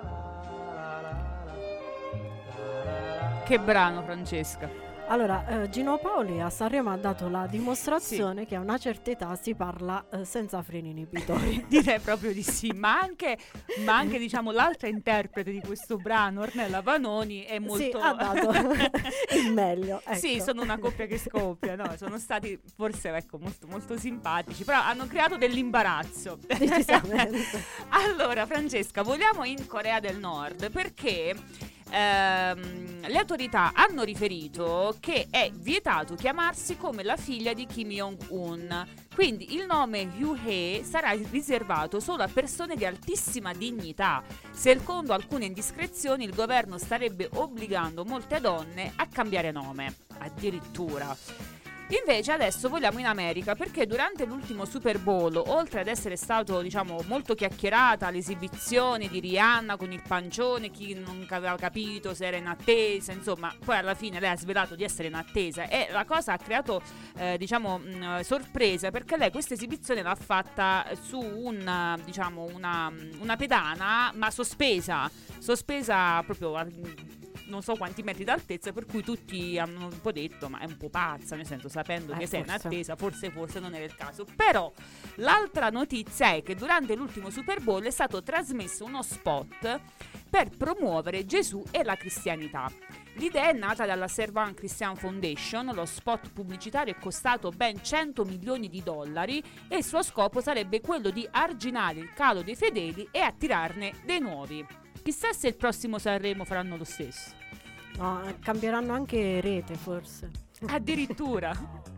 Che brano, Francesca. Allora, eh, Gino Paoli a Sanremo ha dato la dimostrazione sì. che a una certa età si parla eh, senza freni inibitori. Direi proprio di sì, ma anche, ma anche diciamo l'altra interprete di questo brano, Ornella Vanoni, è molto... Sì, ha dato il meglio. Ecco. Sì, sono una coppia che scoppia, no? Sono stati forse ecco, molto, molto simpatici, però hanno creato dell'imbarazzo. Decisamente. Allora, Francesca, voliamo in Corea del Nord perché... Ehm, le autorità hanno riferito che è vietato chiamarsi come la figlia di Kim Jong-un, quindi il nome Yoo-hae sarà riservato solo a persone di altissima dignità. Secondo alcune indiscrezioni il governo starebbe obbligando molte donne a cambiare nome, addirittura. Invece adesso vogliamo in America, perché durante l'ultimo Super Bowl, oltre ad essere stato, diciamo, molto chiacchierata l'esibizione di Rihanna con il pancione, chi non aveva capito se era in attesa, insomma, poi alla fine lei ha svelato di essere in attesa, e la cosa ha creato eh, diciamo mh, sorpresa, perché lei questa esibizione l'ha fatta su un, diciamo, una, una pedana, ma sospesa sospesa proprio a non so quanti metri d'altezza, per cui tutti hanno un po' detto ma è un po' pazza, nel senso, sapendo eh, che sei in forse. attesa, forse forse non era il caso. Però l'altra notizia è che durante l'ultimo Super Bowl è stato trasmesso uno spot per promuovere Gesù e la cristianità. L'idea è nata dalla Servant Christian Foundation. Lo spot pubblicitario è costato ben cento milioni di dollari e il suo scopo sarebbe quello di arginare il calo dei fedeli e attirarne dei nuovi. Chissà se il prossimo Sanremo faranno lo stesso. No, cambieranno anche rete, forse. Addirittura.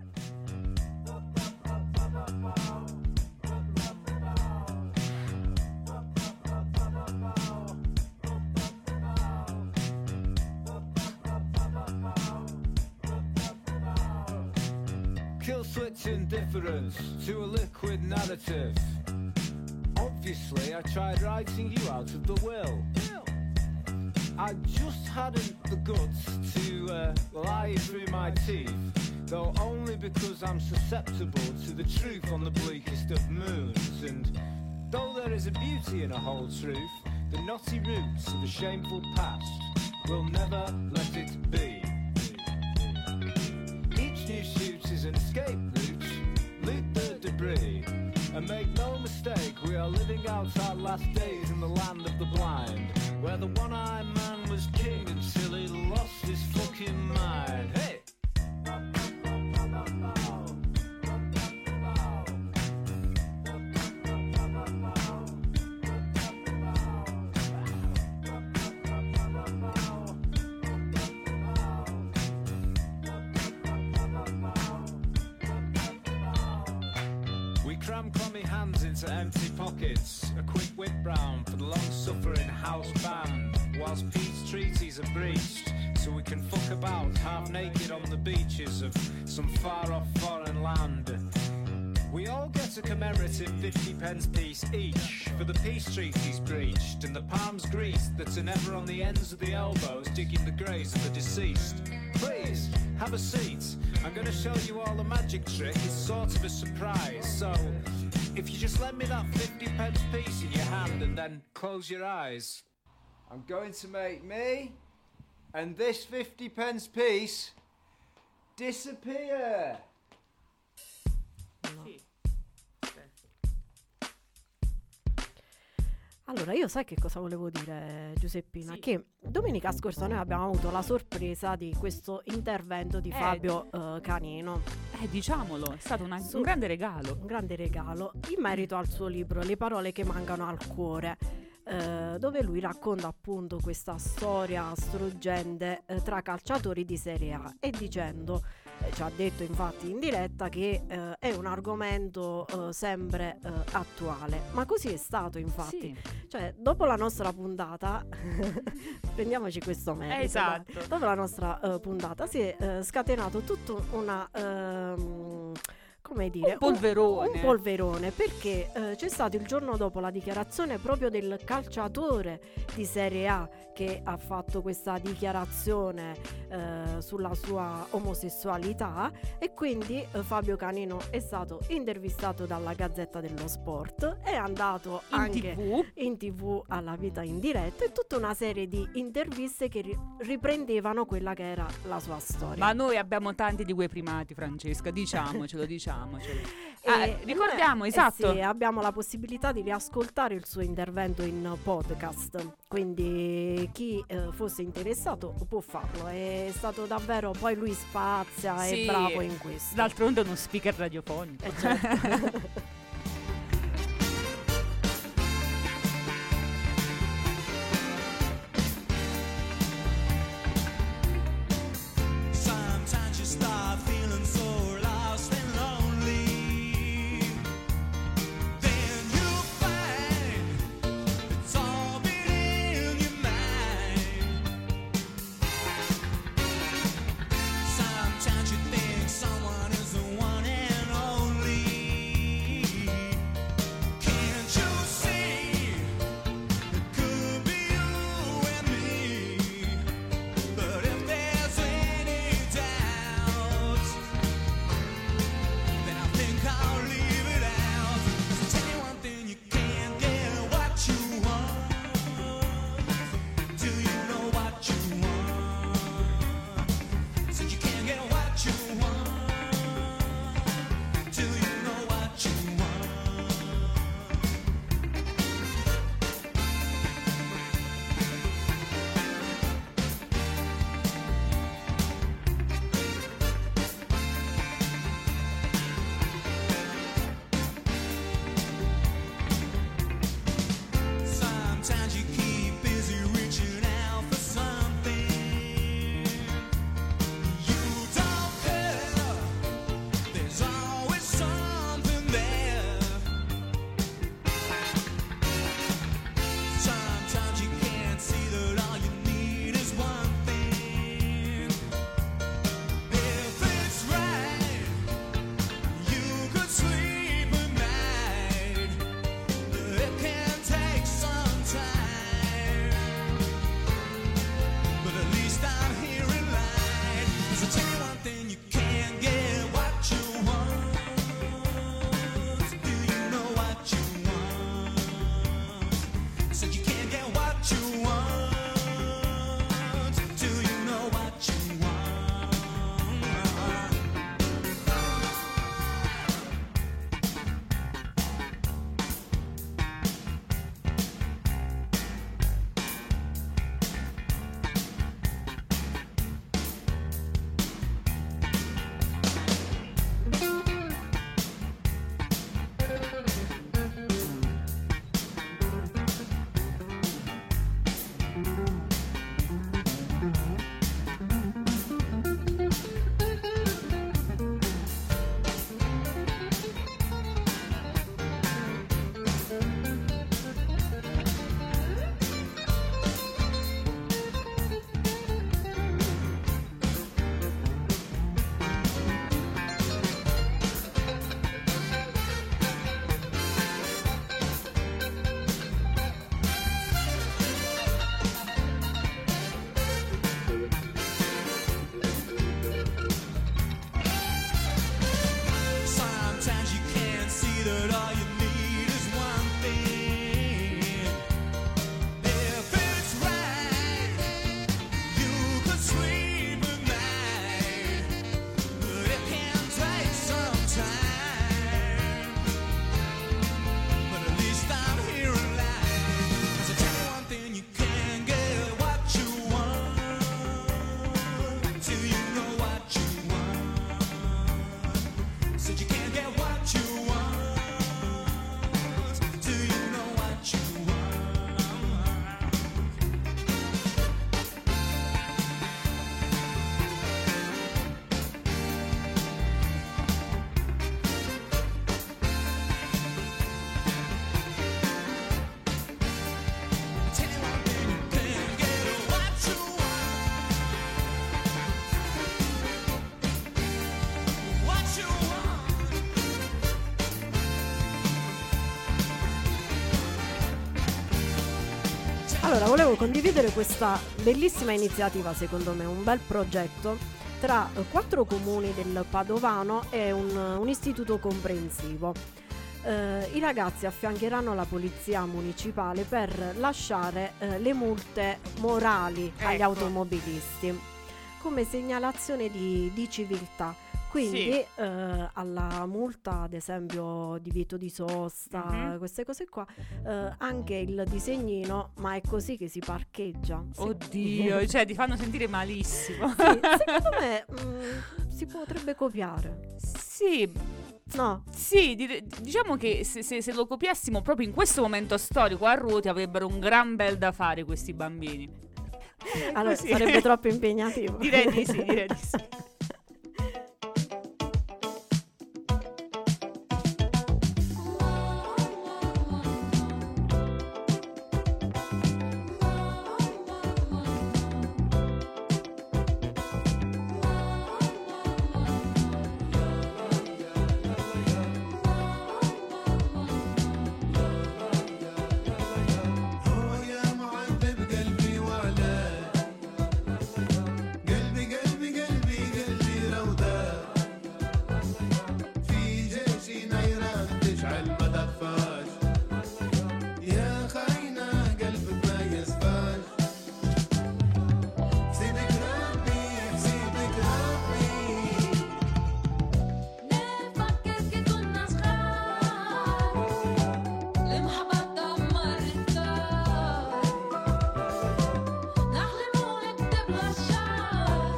Kill switch indifference to a liquid narrative. Obviously, I tried writing you out of the will. I just hadn't the guts to uh, lie through my teeth, though only because I'm susceptible to the truth on the bleakest of moons. And though there is a beauty in a whole truth, the knotty roots of a shameful past will never let it be. Each new shoot is an escape route, loot the debris, and make no mistake, we are living out our last days in the land of the blind, where the one-eyed man was king until he lost his fucking mind. Hey! Cram crummy hands into empty pockets, a quick whip round for the long-suffering house band, whilst peace treaties are breached, so we can fuck about half naked on the beaches of some far-off foreign land. We all get a commemorative fifty pence piece each for the peace treaties breached, and the palms greased that are never on the ends of the elbows digging the graves of the deceased. Please, have a seat. I'm going to show you all a magic trick. It's sort of a surprise. So, if you just lend me that fifty pence piece in your hand and then close your eyes, I'm going to make me and this fifty pence piece disappear. No. Allora, io sai che cosa volevo dire, Giuseppina? Sì. Che domenica scorsa noi abbiamo avuto la sorpresa di questo intervento di Eh, Fabio eh, Canino. Eh, diciamolo, è stato una- Su- un grande regalo. Un grande regalo in merito al suo libro Le parole che mancano al cuore, eh, dove lui racconta appunto questa storia struggente eh, tra calciatori di Serie A, e dicendo, eh, ci ha detto infatti in diretta, che eh, è un argomento eh, sempre eh, attuale. Ma così è stato, infatti. Sì. Cioè, dopo la nostra puntata, prendiamoci questo merito. Esatto. dai. Dopo la nostra eh, puntata si è eh, scatenato tutto una... ehm, come dire, Un polverone. un, un polverone, perché eh, c'è stato il giorno dopo la dichiarazione proprio del calciatore di Serie A, che ha fatto questa dichiarazione eh, sulla sua omosessualità, e quindi eh, Fabio Canino è stato intervistato dalla Gazzetta dello Sport, è andato In anche tivù. in tv alla vita in diretta, e tutta una serie di interviste che ri- riprendevano quella che era la sua storia. Ma noi abbiamo tanti di quei primati, Francesca, diciamocelo, diciamocelo. E Ah, ricordiamo, noi- eh esatto. sì, abbiamo la possibilità di riascoltare il suo intervento in podcast, quindi chi eh, fosse interessato può farlo. È stato davvero, poi lui spazia, Sì, è bravo in questo. D'altronde è uno speaker radiofonico. Eh, certo. Sometimes you start feeling so lost and lonely. Then you find it's all been in your mind. Sometimes you think someone is Allora, volevo condividere questa bellissima iniziativa, secondo me, un bel progetto tra eh, quattro comuni del Padovano e un, un istituto comprensivo. Eh, I ragazzi affiancheranno la polizia municipale per lasciare eh, le multe morali agli Ecco. automobilisti come segnalazione di, di civiltà. Quindi Sì. eh, alla multa, ad esempio, divieto di sosta, Mhm. queste cose qua, eh, anche il disegnino, ma è così che si parcheggia. Si- Oddio, cioè ti fanno sentire malissimo. Sì, secondo me mm, si potrebbe copiare. Sì, No, sì, dire- diciamo che se, se- se lo copiassimo proprio in questo momento storico a ruote avrebbero un gran bel da fare questi bambini. allora Così. sarebbe troppo impegnativo. Direi di sì, direi di sì. هو يا معذب قلبي وعلاك قلبي قلبي قلبي قلبي روضة في جيشي نيران تشعل ما دفاش يا خاينة قلبك ما يصفاش سيبك ربي سيبك ربي نفكر كي كنا صغار المحبة تدمر الدار نحلم ونكتب غشار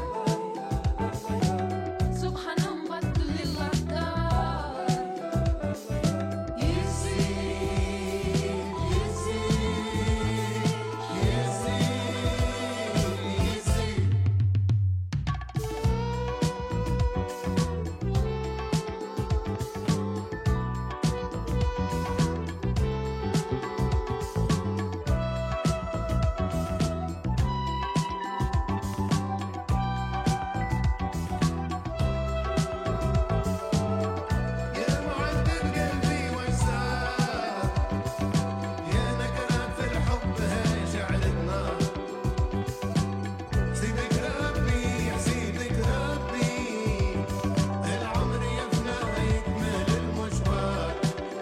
سبحان نبدل الأقدار يزيد يزيد يزيد يزيد يا معذب قلبي ويسار يا نكران في الحب هاي شعلة نار سيبك ربي سيبك ربي العمر يفنى يكمل المشوار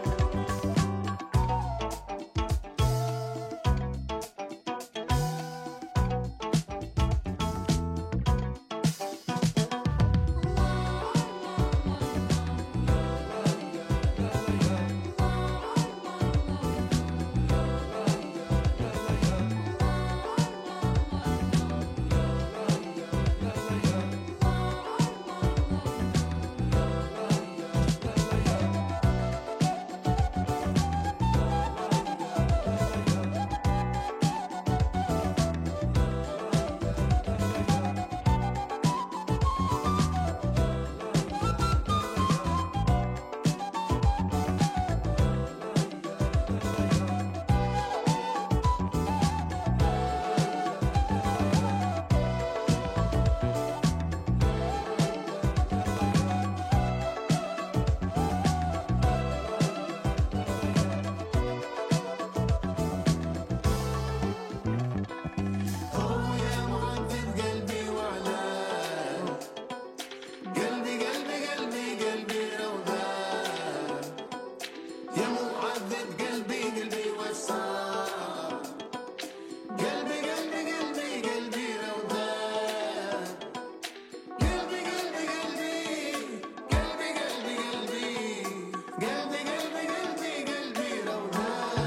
هو يا معذب قلبي وعلاك قلبي قلبي قلبي قلبي روضان يا معذب قلبي قلبي وصار قلبي قلبي قلبي قلبي روضان قلبي قلبي قلبي قلبي قلبي قلبي قلبي قلبي قلبي قلبي روضان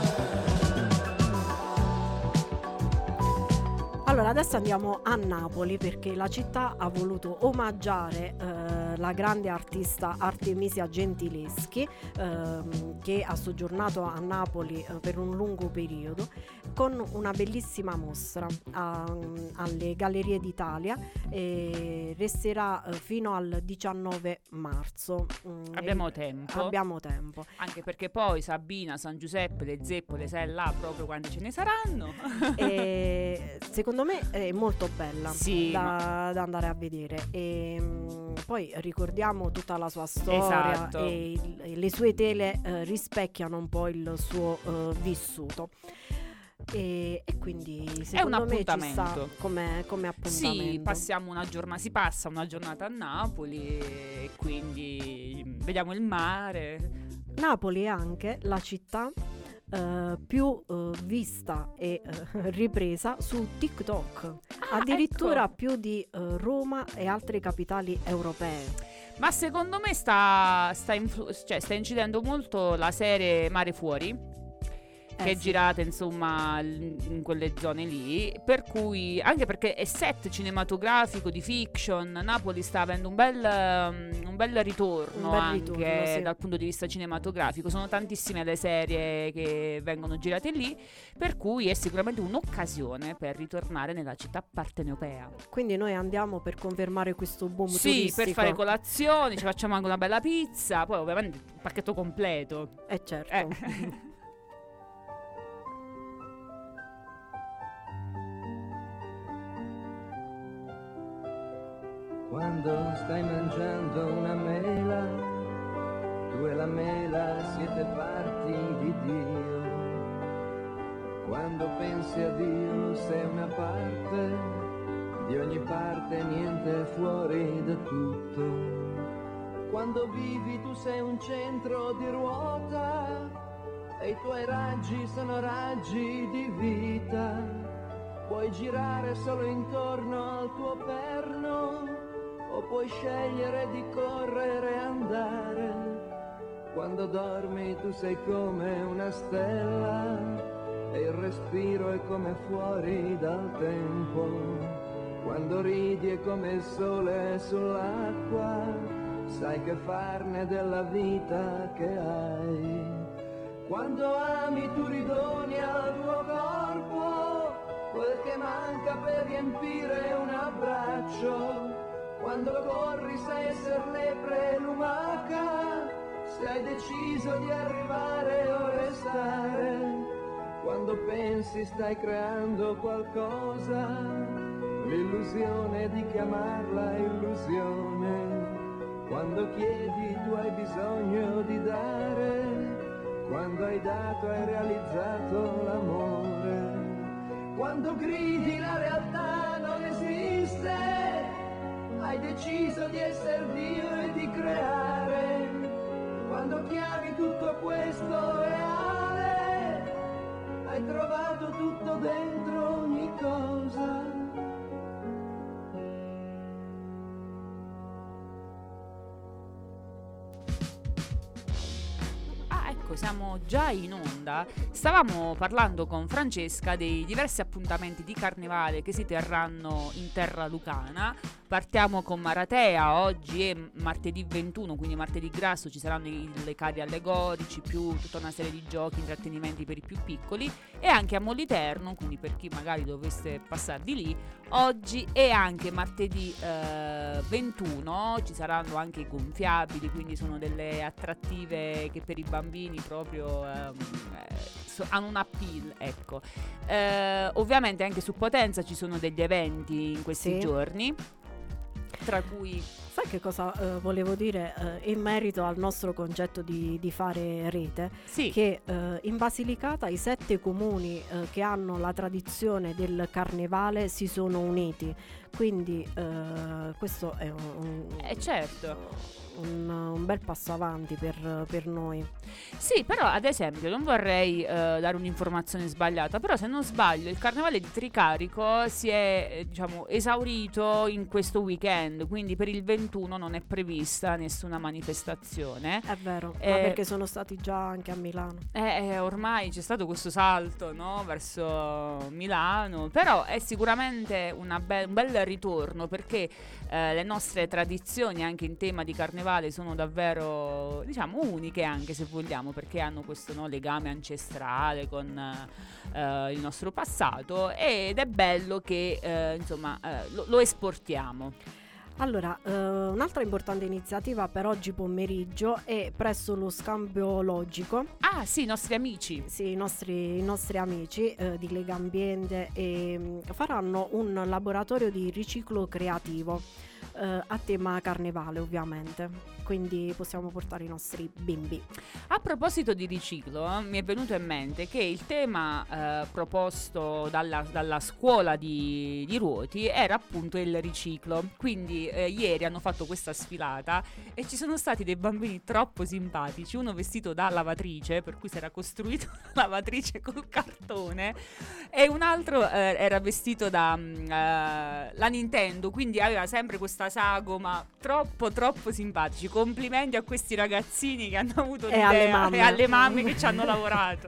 Allora, adesso andiamo a Napoli perché la città ha voluto omaggiare eh, la grande artista Artemisia Gentileschi, ehm, che ha soggiornato a Napoli eh, per un lungo periodo, con una bellissima mostra a- alle Gallerie d'Italia e resterà eh, fino al diciannove marzo. Mm, Abbiamo e- tempo. Abbiamo tempo. Anche perché poi Sabina, San Giuseppe, le zeppole, sai là proprio quando ce ne saranno. E secondo me è molto bella Sì, da, da andare a vedere e mm, poi ricordiamo tutta la sua storia Esatto. e il- e le sue tele eh, rispecchiano un po' il suo eh, vissuto. E, e quindi È un secondo me ci sta appuntamento. come, come appuntamento. Sì, passiamo una giornata, si passa una giornata a Napoli e quindi vediamo il mare. Napoli è anche la città eh, più eh, vista e eh, ripresa su TikTok, Ah, addirittura ecco. più di eh, Roma e altre capitali europee. Ma secondo me sta, sta, influ- cioè, sta incidendo molto la serie Mare Fuori, che Eh è sì. girata insomma l- in quelle zone lì, per cui anche perché è set cinematografico di fiction, Napoli sta avendo un bel, um, un bel ritorno Un bel anche ritorno, sì. dal punto di vista cinematografico. Sono tantissime le serie che vengono girate lì, per cui è sicuramente un'occasione per ritornare nella città partenopea. Quindi noi andiamo per confermare questo boom Sì, turistico. per fare colazione, ci facciamo anche una bella pizza, poi ovviamente il pacchetto completo. Eh certo. Eh. Quando stai mangiando una mela, tu e la mela siete parti di Dio. Quando pensi a Dio sei una parte, di ogni parte niente fuori da tutto. Quando vivi tu sei un centro di ruota e i tuoi raggi sono raggi di vita. Puoi girare solo intorno al tuo perno o puoi scegliere di correre e andare. Quando dormi tu sei come una stella e il respiro è come fuori dal tempo. Quando ridi è come il sole sull'acqua, sai che farne della vita che hai. Quando ami tu ridoni al tuo corpo quel che manca per riempire un abbraccio. Quando corri sai essere lepre e lumaca, se hai deciso di arrivare o restare. Quando pensi stai creando qualcosa, l'illusione di chiamarla illusione. Quando chiedi tu hai bisogno di dare, quando hai dato hai realizzato l'amore. Quando gridi la realtà non esiste, hai deciso di essere Dio e di creare. Quando chiami tutto questo reale, hai trovato tutto dentro ogni cosa. Ecco, siamo già in onda. Stavamo parlando con Francesca dei diversi appuntamenti di carnevale che si terranno in terra lucana. Partiamo con Maratea, oggi è martedì ventuno, quindi martedì grasso, ci saranno i, le carri allegorici, più tutta una serie di giochi, intrattenimenti per i più piccoli. E anche a Moliterno, quindi per chi magari dovesse passare di lì, oggi è anche martedì eh, ventuno, ci saranno anche i gonfiabili, quindi sono delle attrattive che per i bambini proprio ehm, eh, so, hanno un appeal, ecco. Eh, ovviamente anche su Potenza ci sono degli eventi in questi Sì. giorni, tra cui Sai che cosa eh, volevo dire eh, in merito al nostro concetto di, di fare rete? sì, Che eh, in Basilicata i sette comuni eh, che hanno la tradizione del carnevale si sono uniti, quindi eh, questo è un, un, eh, certo. un, un bel passo avanti per, per noi. Sì, però ad esempio non vorrei eh, dare un'informazione sbagliata, però se non sbaglio il carnevale di Tricarico si è eh, diciamo esaurito in questo weekend, quindi per il ventuno non è prevista nessuna manifestazione. È vero, Eh, ma perché sono stati già anche a Milano. Eh, eh, ormai c'è stato questo salto, no, verso Milano, però è sicuramente una be- un bel ritorno perché eh, le nostre tradizioni anche in tema di carnevale sono davvero, diciamo, uniche anche se vogliamo, perché hanno questo, no, legame ancestrale con eh, il nostro passato ed è bello che eh, insomma eh, lo, lo esportiamo. Allora, eh, un'altra importante iniziativa per oggi pomeriggio è presso lo scambio logico. Ah sì, i nostri amici. Sì, i nostri, i nostri amici eh, di Lega Ambiente e, mh, faranno un laboratorio di riciclo creativo. eh, a tema carnevale ovviamente, quindi possiamo portare i nostri bimbi. A proposito di riciclo, eh, mi è venuto in mente che il tema eh, proposto dalla, dalla scuola di, di Ruoti era appunto il riciclo. Quindi eh, ieri hanno fatto questa sfilata e ci sono stati dei bambini troppo simpatici, uno vestito da lavatrice, per cui si era costruito una lavatrice col cartone, e un altro eh, era vestito da mm, eh, la Nintendo, quindi aveva sempre questa sagoma, troppo troppo simpatici. Complimenti a questi ragazzini che hanno avuto E l'idea alle mamme. e alle mamme che ci hanno lavorato.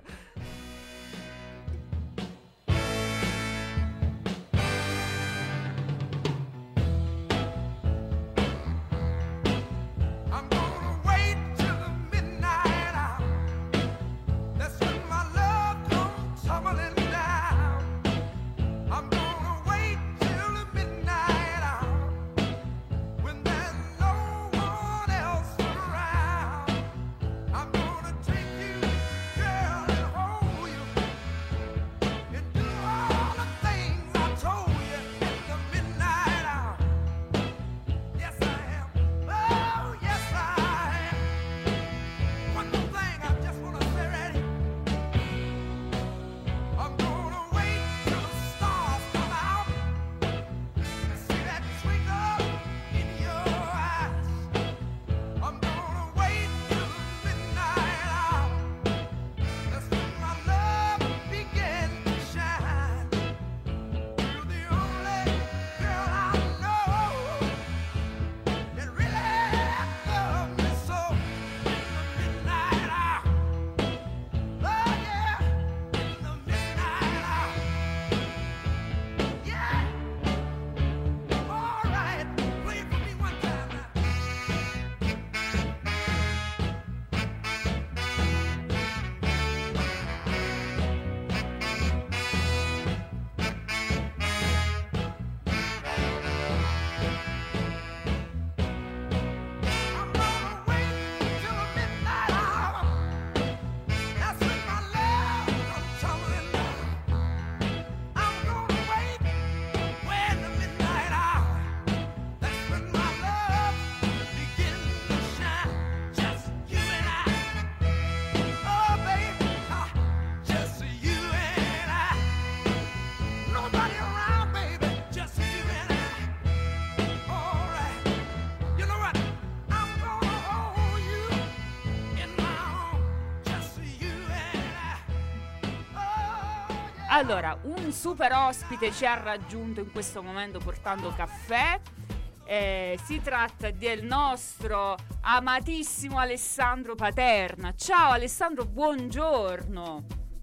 I'm gonna wait till the midnight hour. That's when my love comes tumbling down. I'm gonna wait till the midnight hour when there's no one else around. I'm gonna take you, girl, and hold you and do all the things I told you in the midnight hour. Yes, I am. Oh, yes, I am. One more thing I just want to say right here. I'm gonna wait till the stars come out and see that twinkle in your eyes. I'm gonna wait till the midnight hour. That's when my love begins to shine. You're the only girl I know that really love me so in the midnight hour. Oh yeah, in the midnight hour. Yeah. All right, play it for me one time now. I'm gonna wait till the midnight hour. That's when my love comes tumbling down. I'm gonna wait when the midnight hour. That's when my love begins to shine. Just you and I. Oh baby, ah, just you and I. Nobody around, baby. Just you and I. All right. You know what? I'm gonna hold you in my arms. Just you and I. Oh, yeah. Allora, un super ospite ci ha raggiunto in questo momento portando caffè. Eh, si tratta del nostro amatissimo Alessandro Paterna. Ciao Alessandro, buongiorno.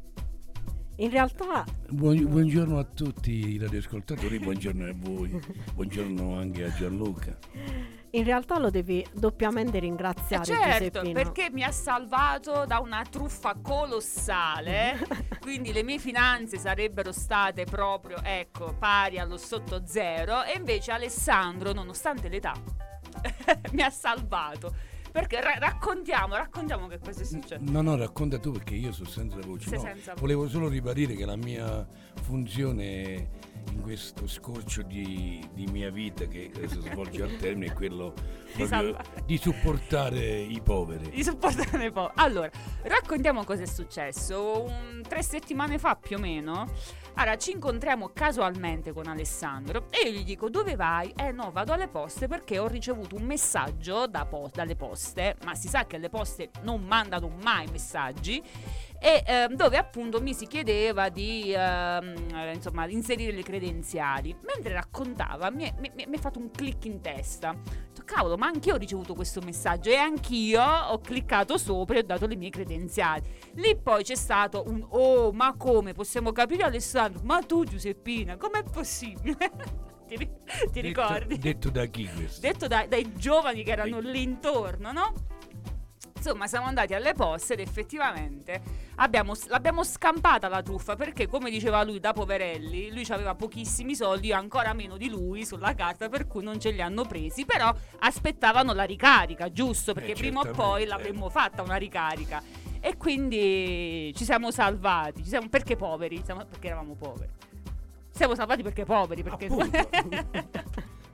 In realtà Buon- buongiorno a tutti i radioascoltatori, buongiorno a voi, buongiorno anche a Gianluca. in realtà lo devi doppiamente ringraziare, Certo, Giuseppino. perché mi ha salvato da una truffa colossale, quindi le mie finanze sarebbero state proprio, ecco, pari allo sotto zero, e invece Alessandro, nonostante l'età, mi ha salvato. Perché ra- raccontiamo, raccontiamo che cosa è successo. No, no, racconta tu perché io sono senza voce. Sei No, senza voce. volevo solo ribadire che la mia funzione in questo scorcio di, di mia vita che adesso svolge al termine è quello Di proprio salvare. di supportare i poveri. Di supportare po'. Allora, raccontiamo cosa è successo. Un, tre settimane fa più o meno. Allora, ci incontriamo casualmente con Alessandro e io gli dico: dove vai? Eh no, vado alle poste perché ho ricevuto un messaggio da po- dalle poste, ma si sa che le poste non mandano mai messaggi, e ehm, dove appunto mi si chiedeva di ehm, eh, insomma inserire le credenziali. Mentre raccontava mi è, mi- mi è fatto un click in testa. Ho detto, cavolo, ma anch'io ho ricevuto questo messaggio e anch'io ho cliccato sopra e ho dato le mie credenziali. Lì poi c'è stato un: oh, ma come possiamo capire, Alessandro? Ma tu, Giuseppina, com'è possibile? ti, ri- ti ricordi? Detto da chi questo? Detto dai, dai giovani che erano lì intorno, no? Insomma, siamo andati alle poste ed effettivamente abbiamo, l'abbiamo scampata la truffa, perché, come diceva lui, da poverelli, lui aveva pochissimi soldi, io ancora meno di lui sulla carta, per cui non ce li hanno presi, però aspettavano la ricarica, giusto? Perché Eh, prima o certamente, poi l'avremmo fatta una ricarica. E quindi ci siamo salvati, ci siamo, perché poveri? Siamo- perché eravamo poveri. Siamo salvati perché poveri, perché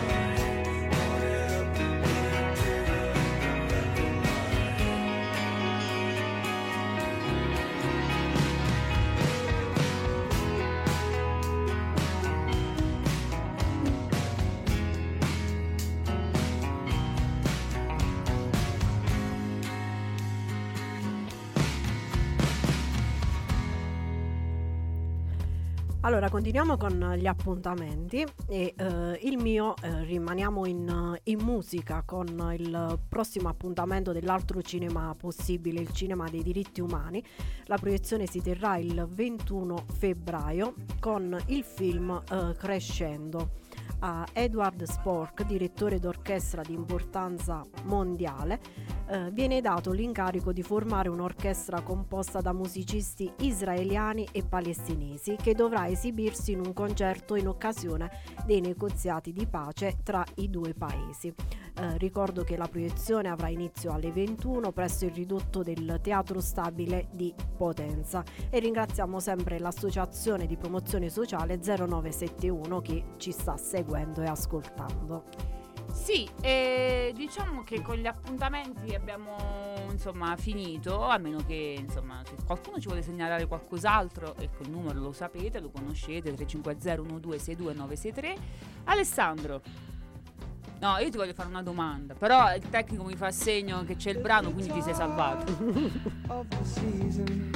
Allora, continuiamo con gli appuntamenti e eh, il mio, eh, rimaniamo in, in musica con il prossimo appuntamento dell'altro cinema possibile, il cinema dei diritti umani. La proiezione si terrà il ventuno febbraio con il film eh, Crescendo. A Edward Spork, direttore d'orchestra di importanza mondiale, eh, viene dato l'incarico di formare un'orchestra composta da musicisti israeliani e palestinesi che dovrà esibirsi in un concerto in occasione dei negoziati di pace tra i due paesi. Eh, ricordo che la proiezione avrà inizio alle ventuno presso il ridotto del Teatro Stabile di Potenza e ringraziamo sempre l'associazione di promozione sociale zero nove sette uno che ci sta seguendo e ascoltando. Sì, e diciamo che con gli appuntamenti abbiamo insomma finito, a meno che insomma se qualcuno ci vuole segnalare qualcos'altro, ecco il numero lo sapete, lo conoscete, tre cinque zero uno due sei due nove sei tre. Alessandro, no, io ti voglio fare una domanda, però il tecnico mi fa segno che c'è il brano, quindi ti sei salvato. Of the season,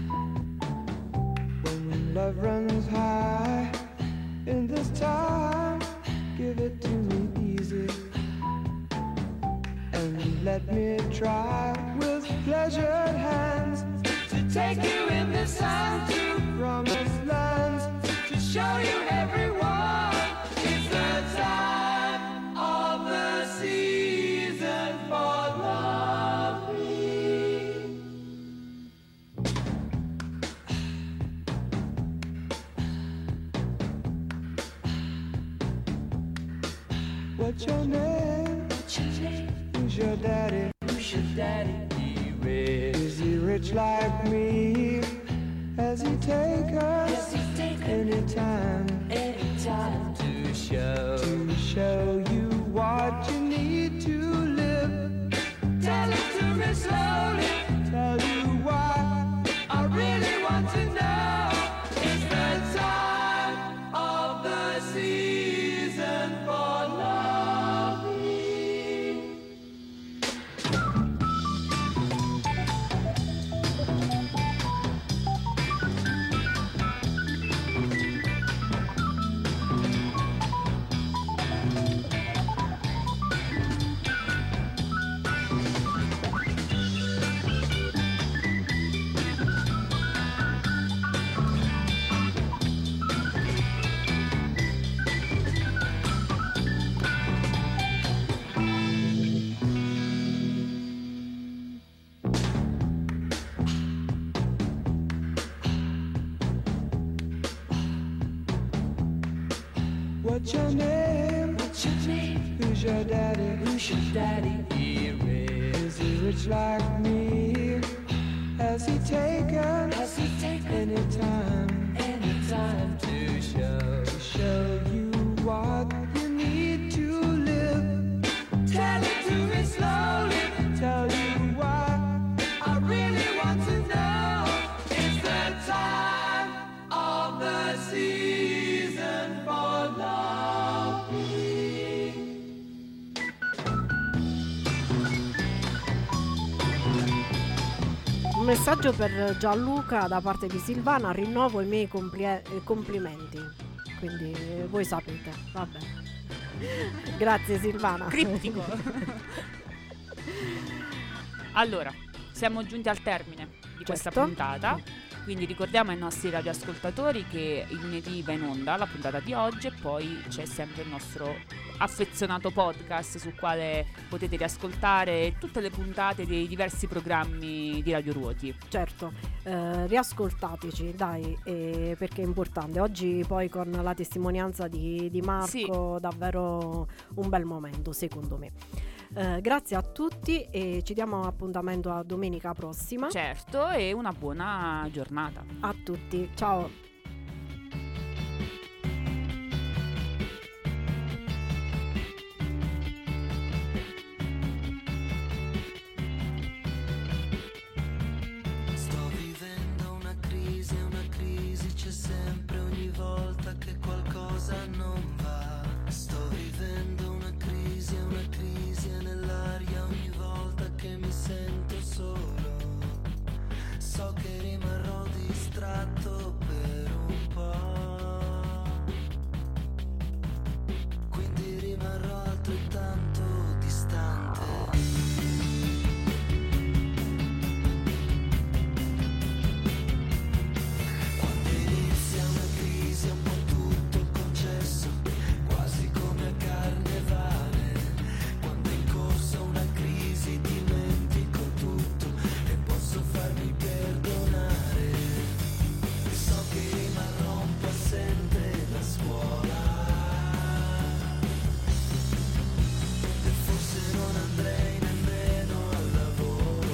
when love runs high, in this time, give it to me easy, and let me try with pleasured hands to take you in the sun to promised lands, to show you everyone it's the time of the season for loving. What's your name? What's your name? Who's your daddy? Who's your daddy? He rich. Is he rich like me? Has he take us? Has he take anytime? Anytime to show to show you what you need to live. Tell it to me slowly. Tell you why I really want to know. It's the time of the season for loving. What's your name? What's your name? Who's your daddy? Who's your daddy? He rich. Is he rich like me? Has he taken? Has he taken any time? any time to show show you what you need to live? Tell it to me slowly. Tell you why I really want to know. It's the time of the season for love. Un messaggio per Gianluca da parte di Silvana: rinnovo i miei complie- eh, complimenti. Quindi eh, voi sapete, vabbè. Grazie Silvana. Criptico. Allora, siamo giunti al termine di questa Certo. puntata. Quindi ricordiamo ai nostri radioascoltatori che il lunedì va in onda la puntata di oggi e poi c'è sempre il nostro affezionato podcast sul quale potete riascoltare tutte le puntate dei diversi programmi di Radio Ruoti. Certo, eh, riascoltateci, dai, eh, perché è importante. Oggi poi con la testimonianza di, di Marco, Sì. davvero un bel momento secondo me. Eh, grazie a tutti e ci diamo appuntamento a domenica prossima. Certo, e una buona giornata a tutti, ciao. Sto vivendo una crisi, una crisi c'è sempre ogni volta che qualcosa non va. Sto vivendo una crisi, una crisi è nell'aria ogni volta che mi sento solo. So che rimarrò distratto per un po', quindi rimarrò altrettanto distante. Quando inizia una crisi è un po' tutto il concesso, quasi come a carnevale. Quando è in corso una crisi dimentico tutto e posso farmi perdonare. So che rimarrò un po' assente da scuola e forse non andrei nemmeno al lavoro.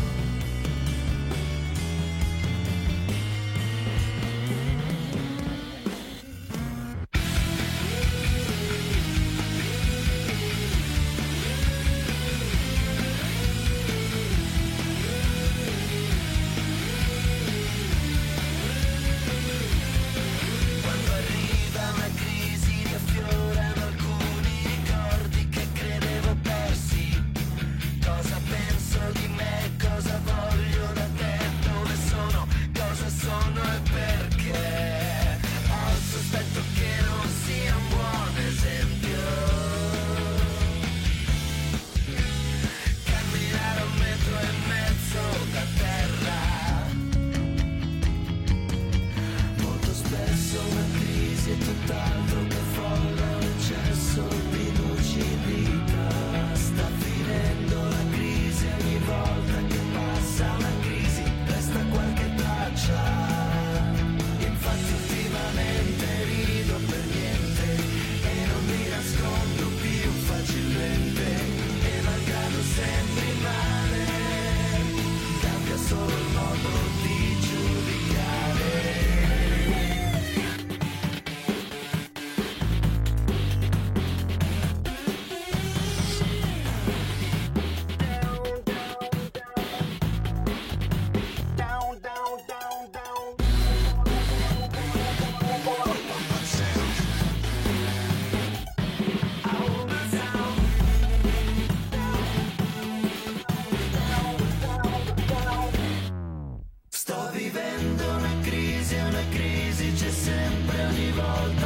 Quando arriva una crisi riaffiorano alcuni ricordi che credevo persi. Cosa penso di me, cosa voglio da te, dove sono, cosa sono e perché. Ho il sospetto che non sia un buon esempio camminare un metro e mezzo da terra. Molto spesso una crisi è tutt'altro che folla, un eccesso di lucidità. Sta finendo la crisi, ogni volta che passa una crisi resta qualche traccia. Infatti ultimamente rido per niente e non mi nascondo più facilmente. E malgrado sembri male, cambia solo il modo di giudicare. Sto vivendo una crisi, una crisi c'è sempre ogni volta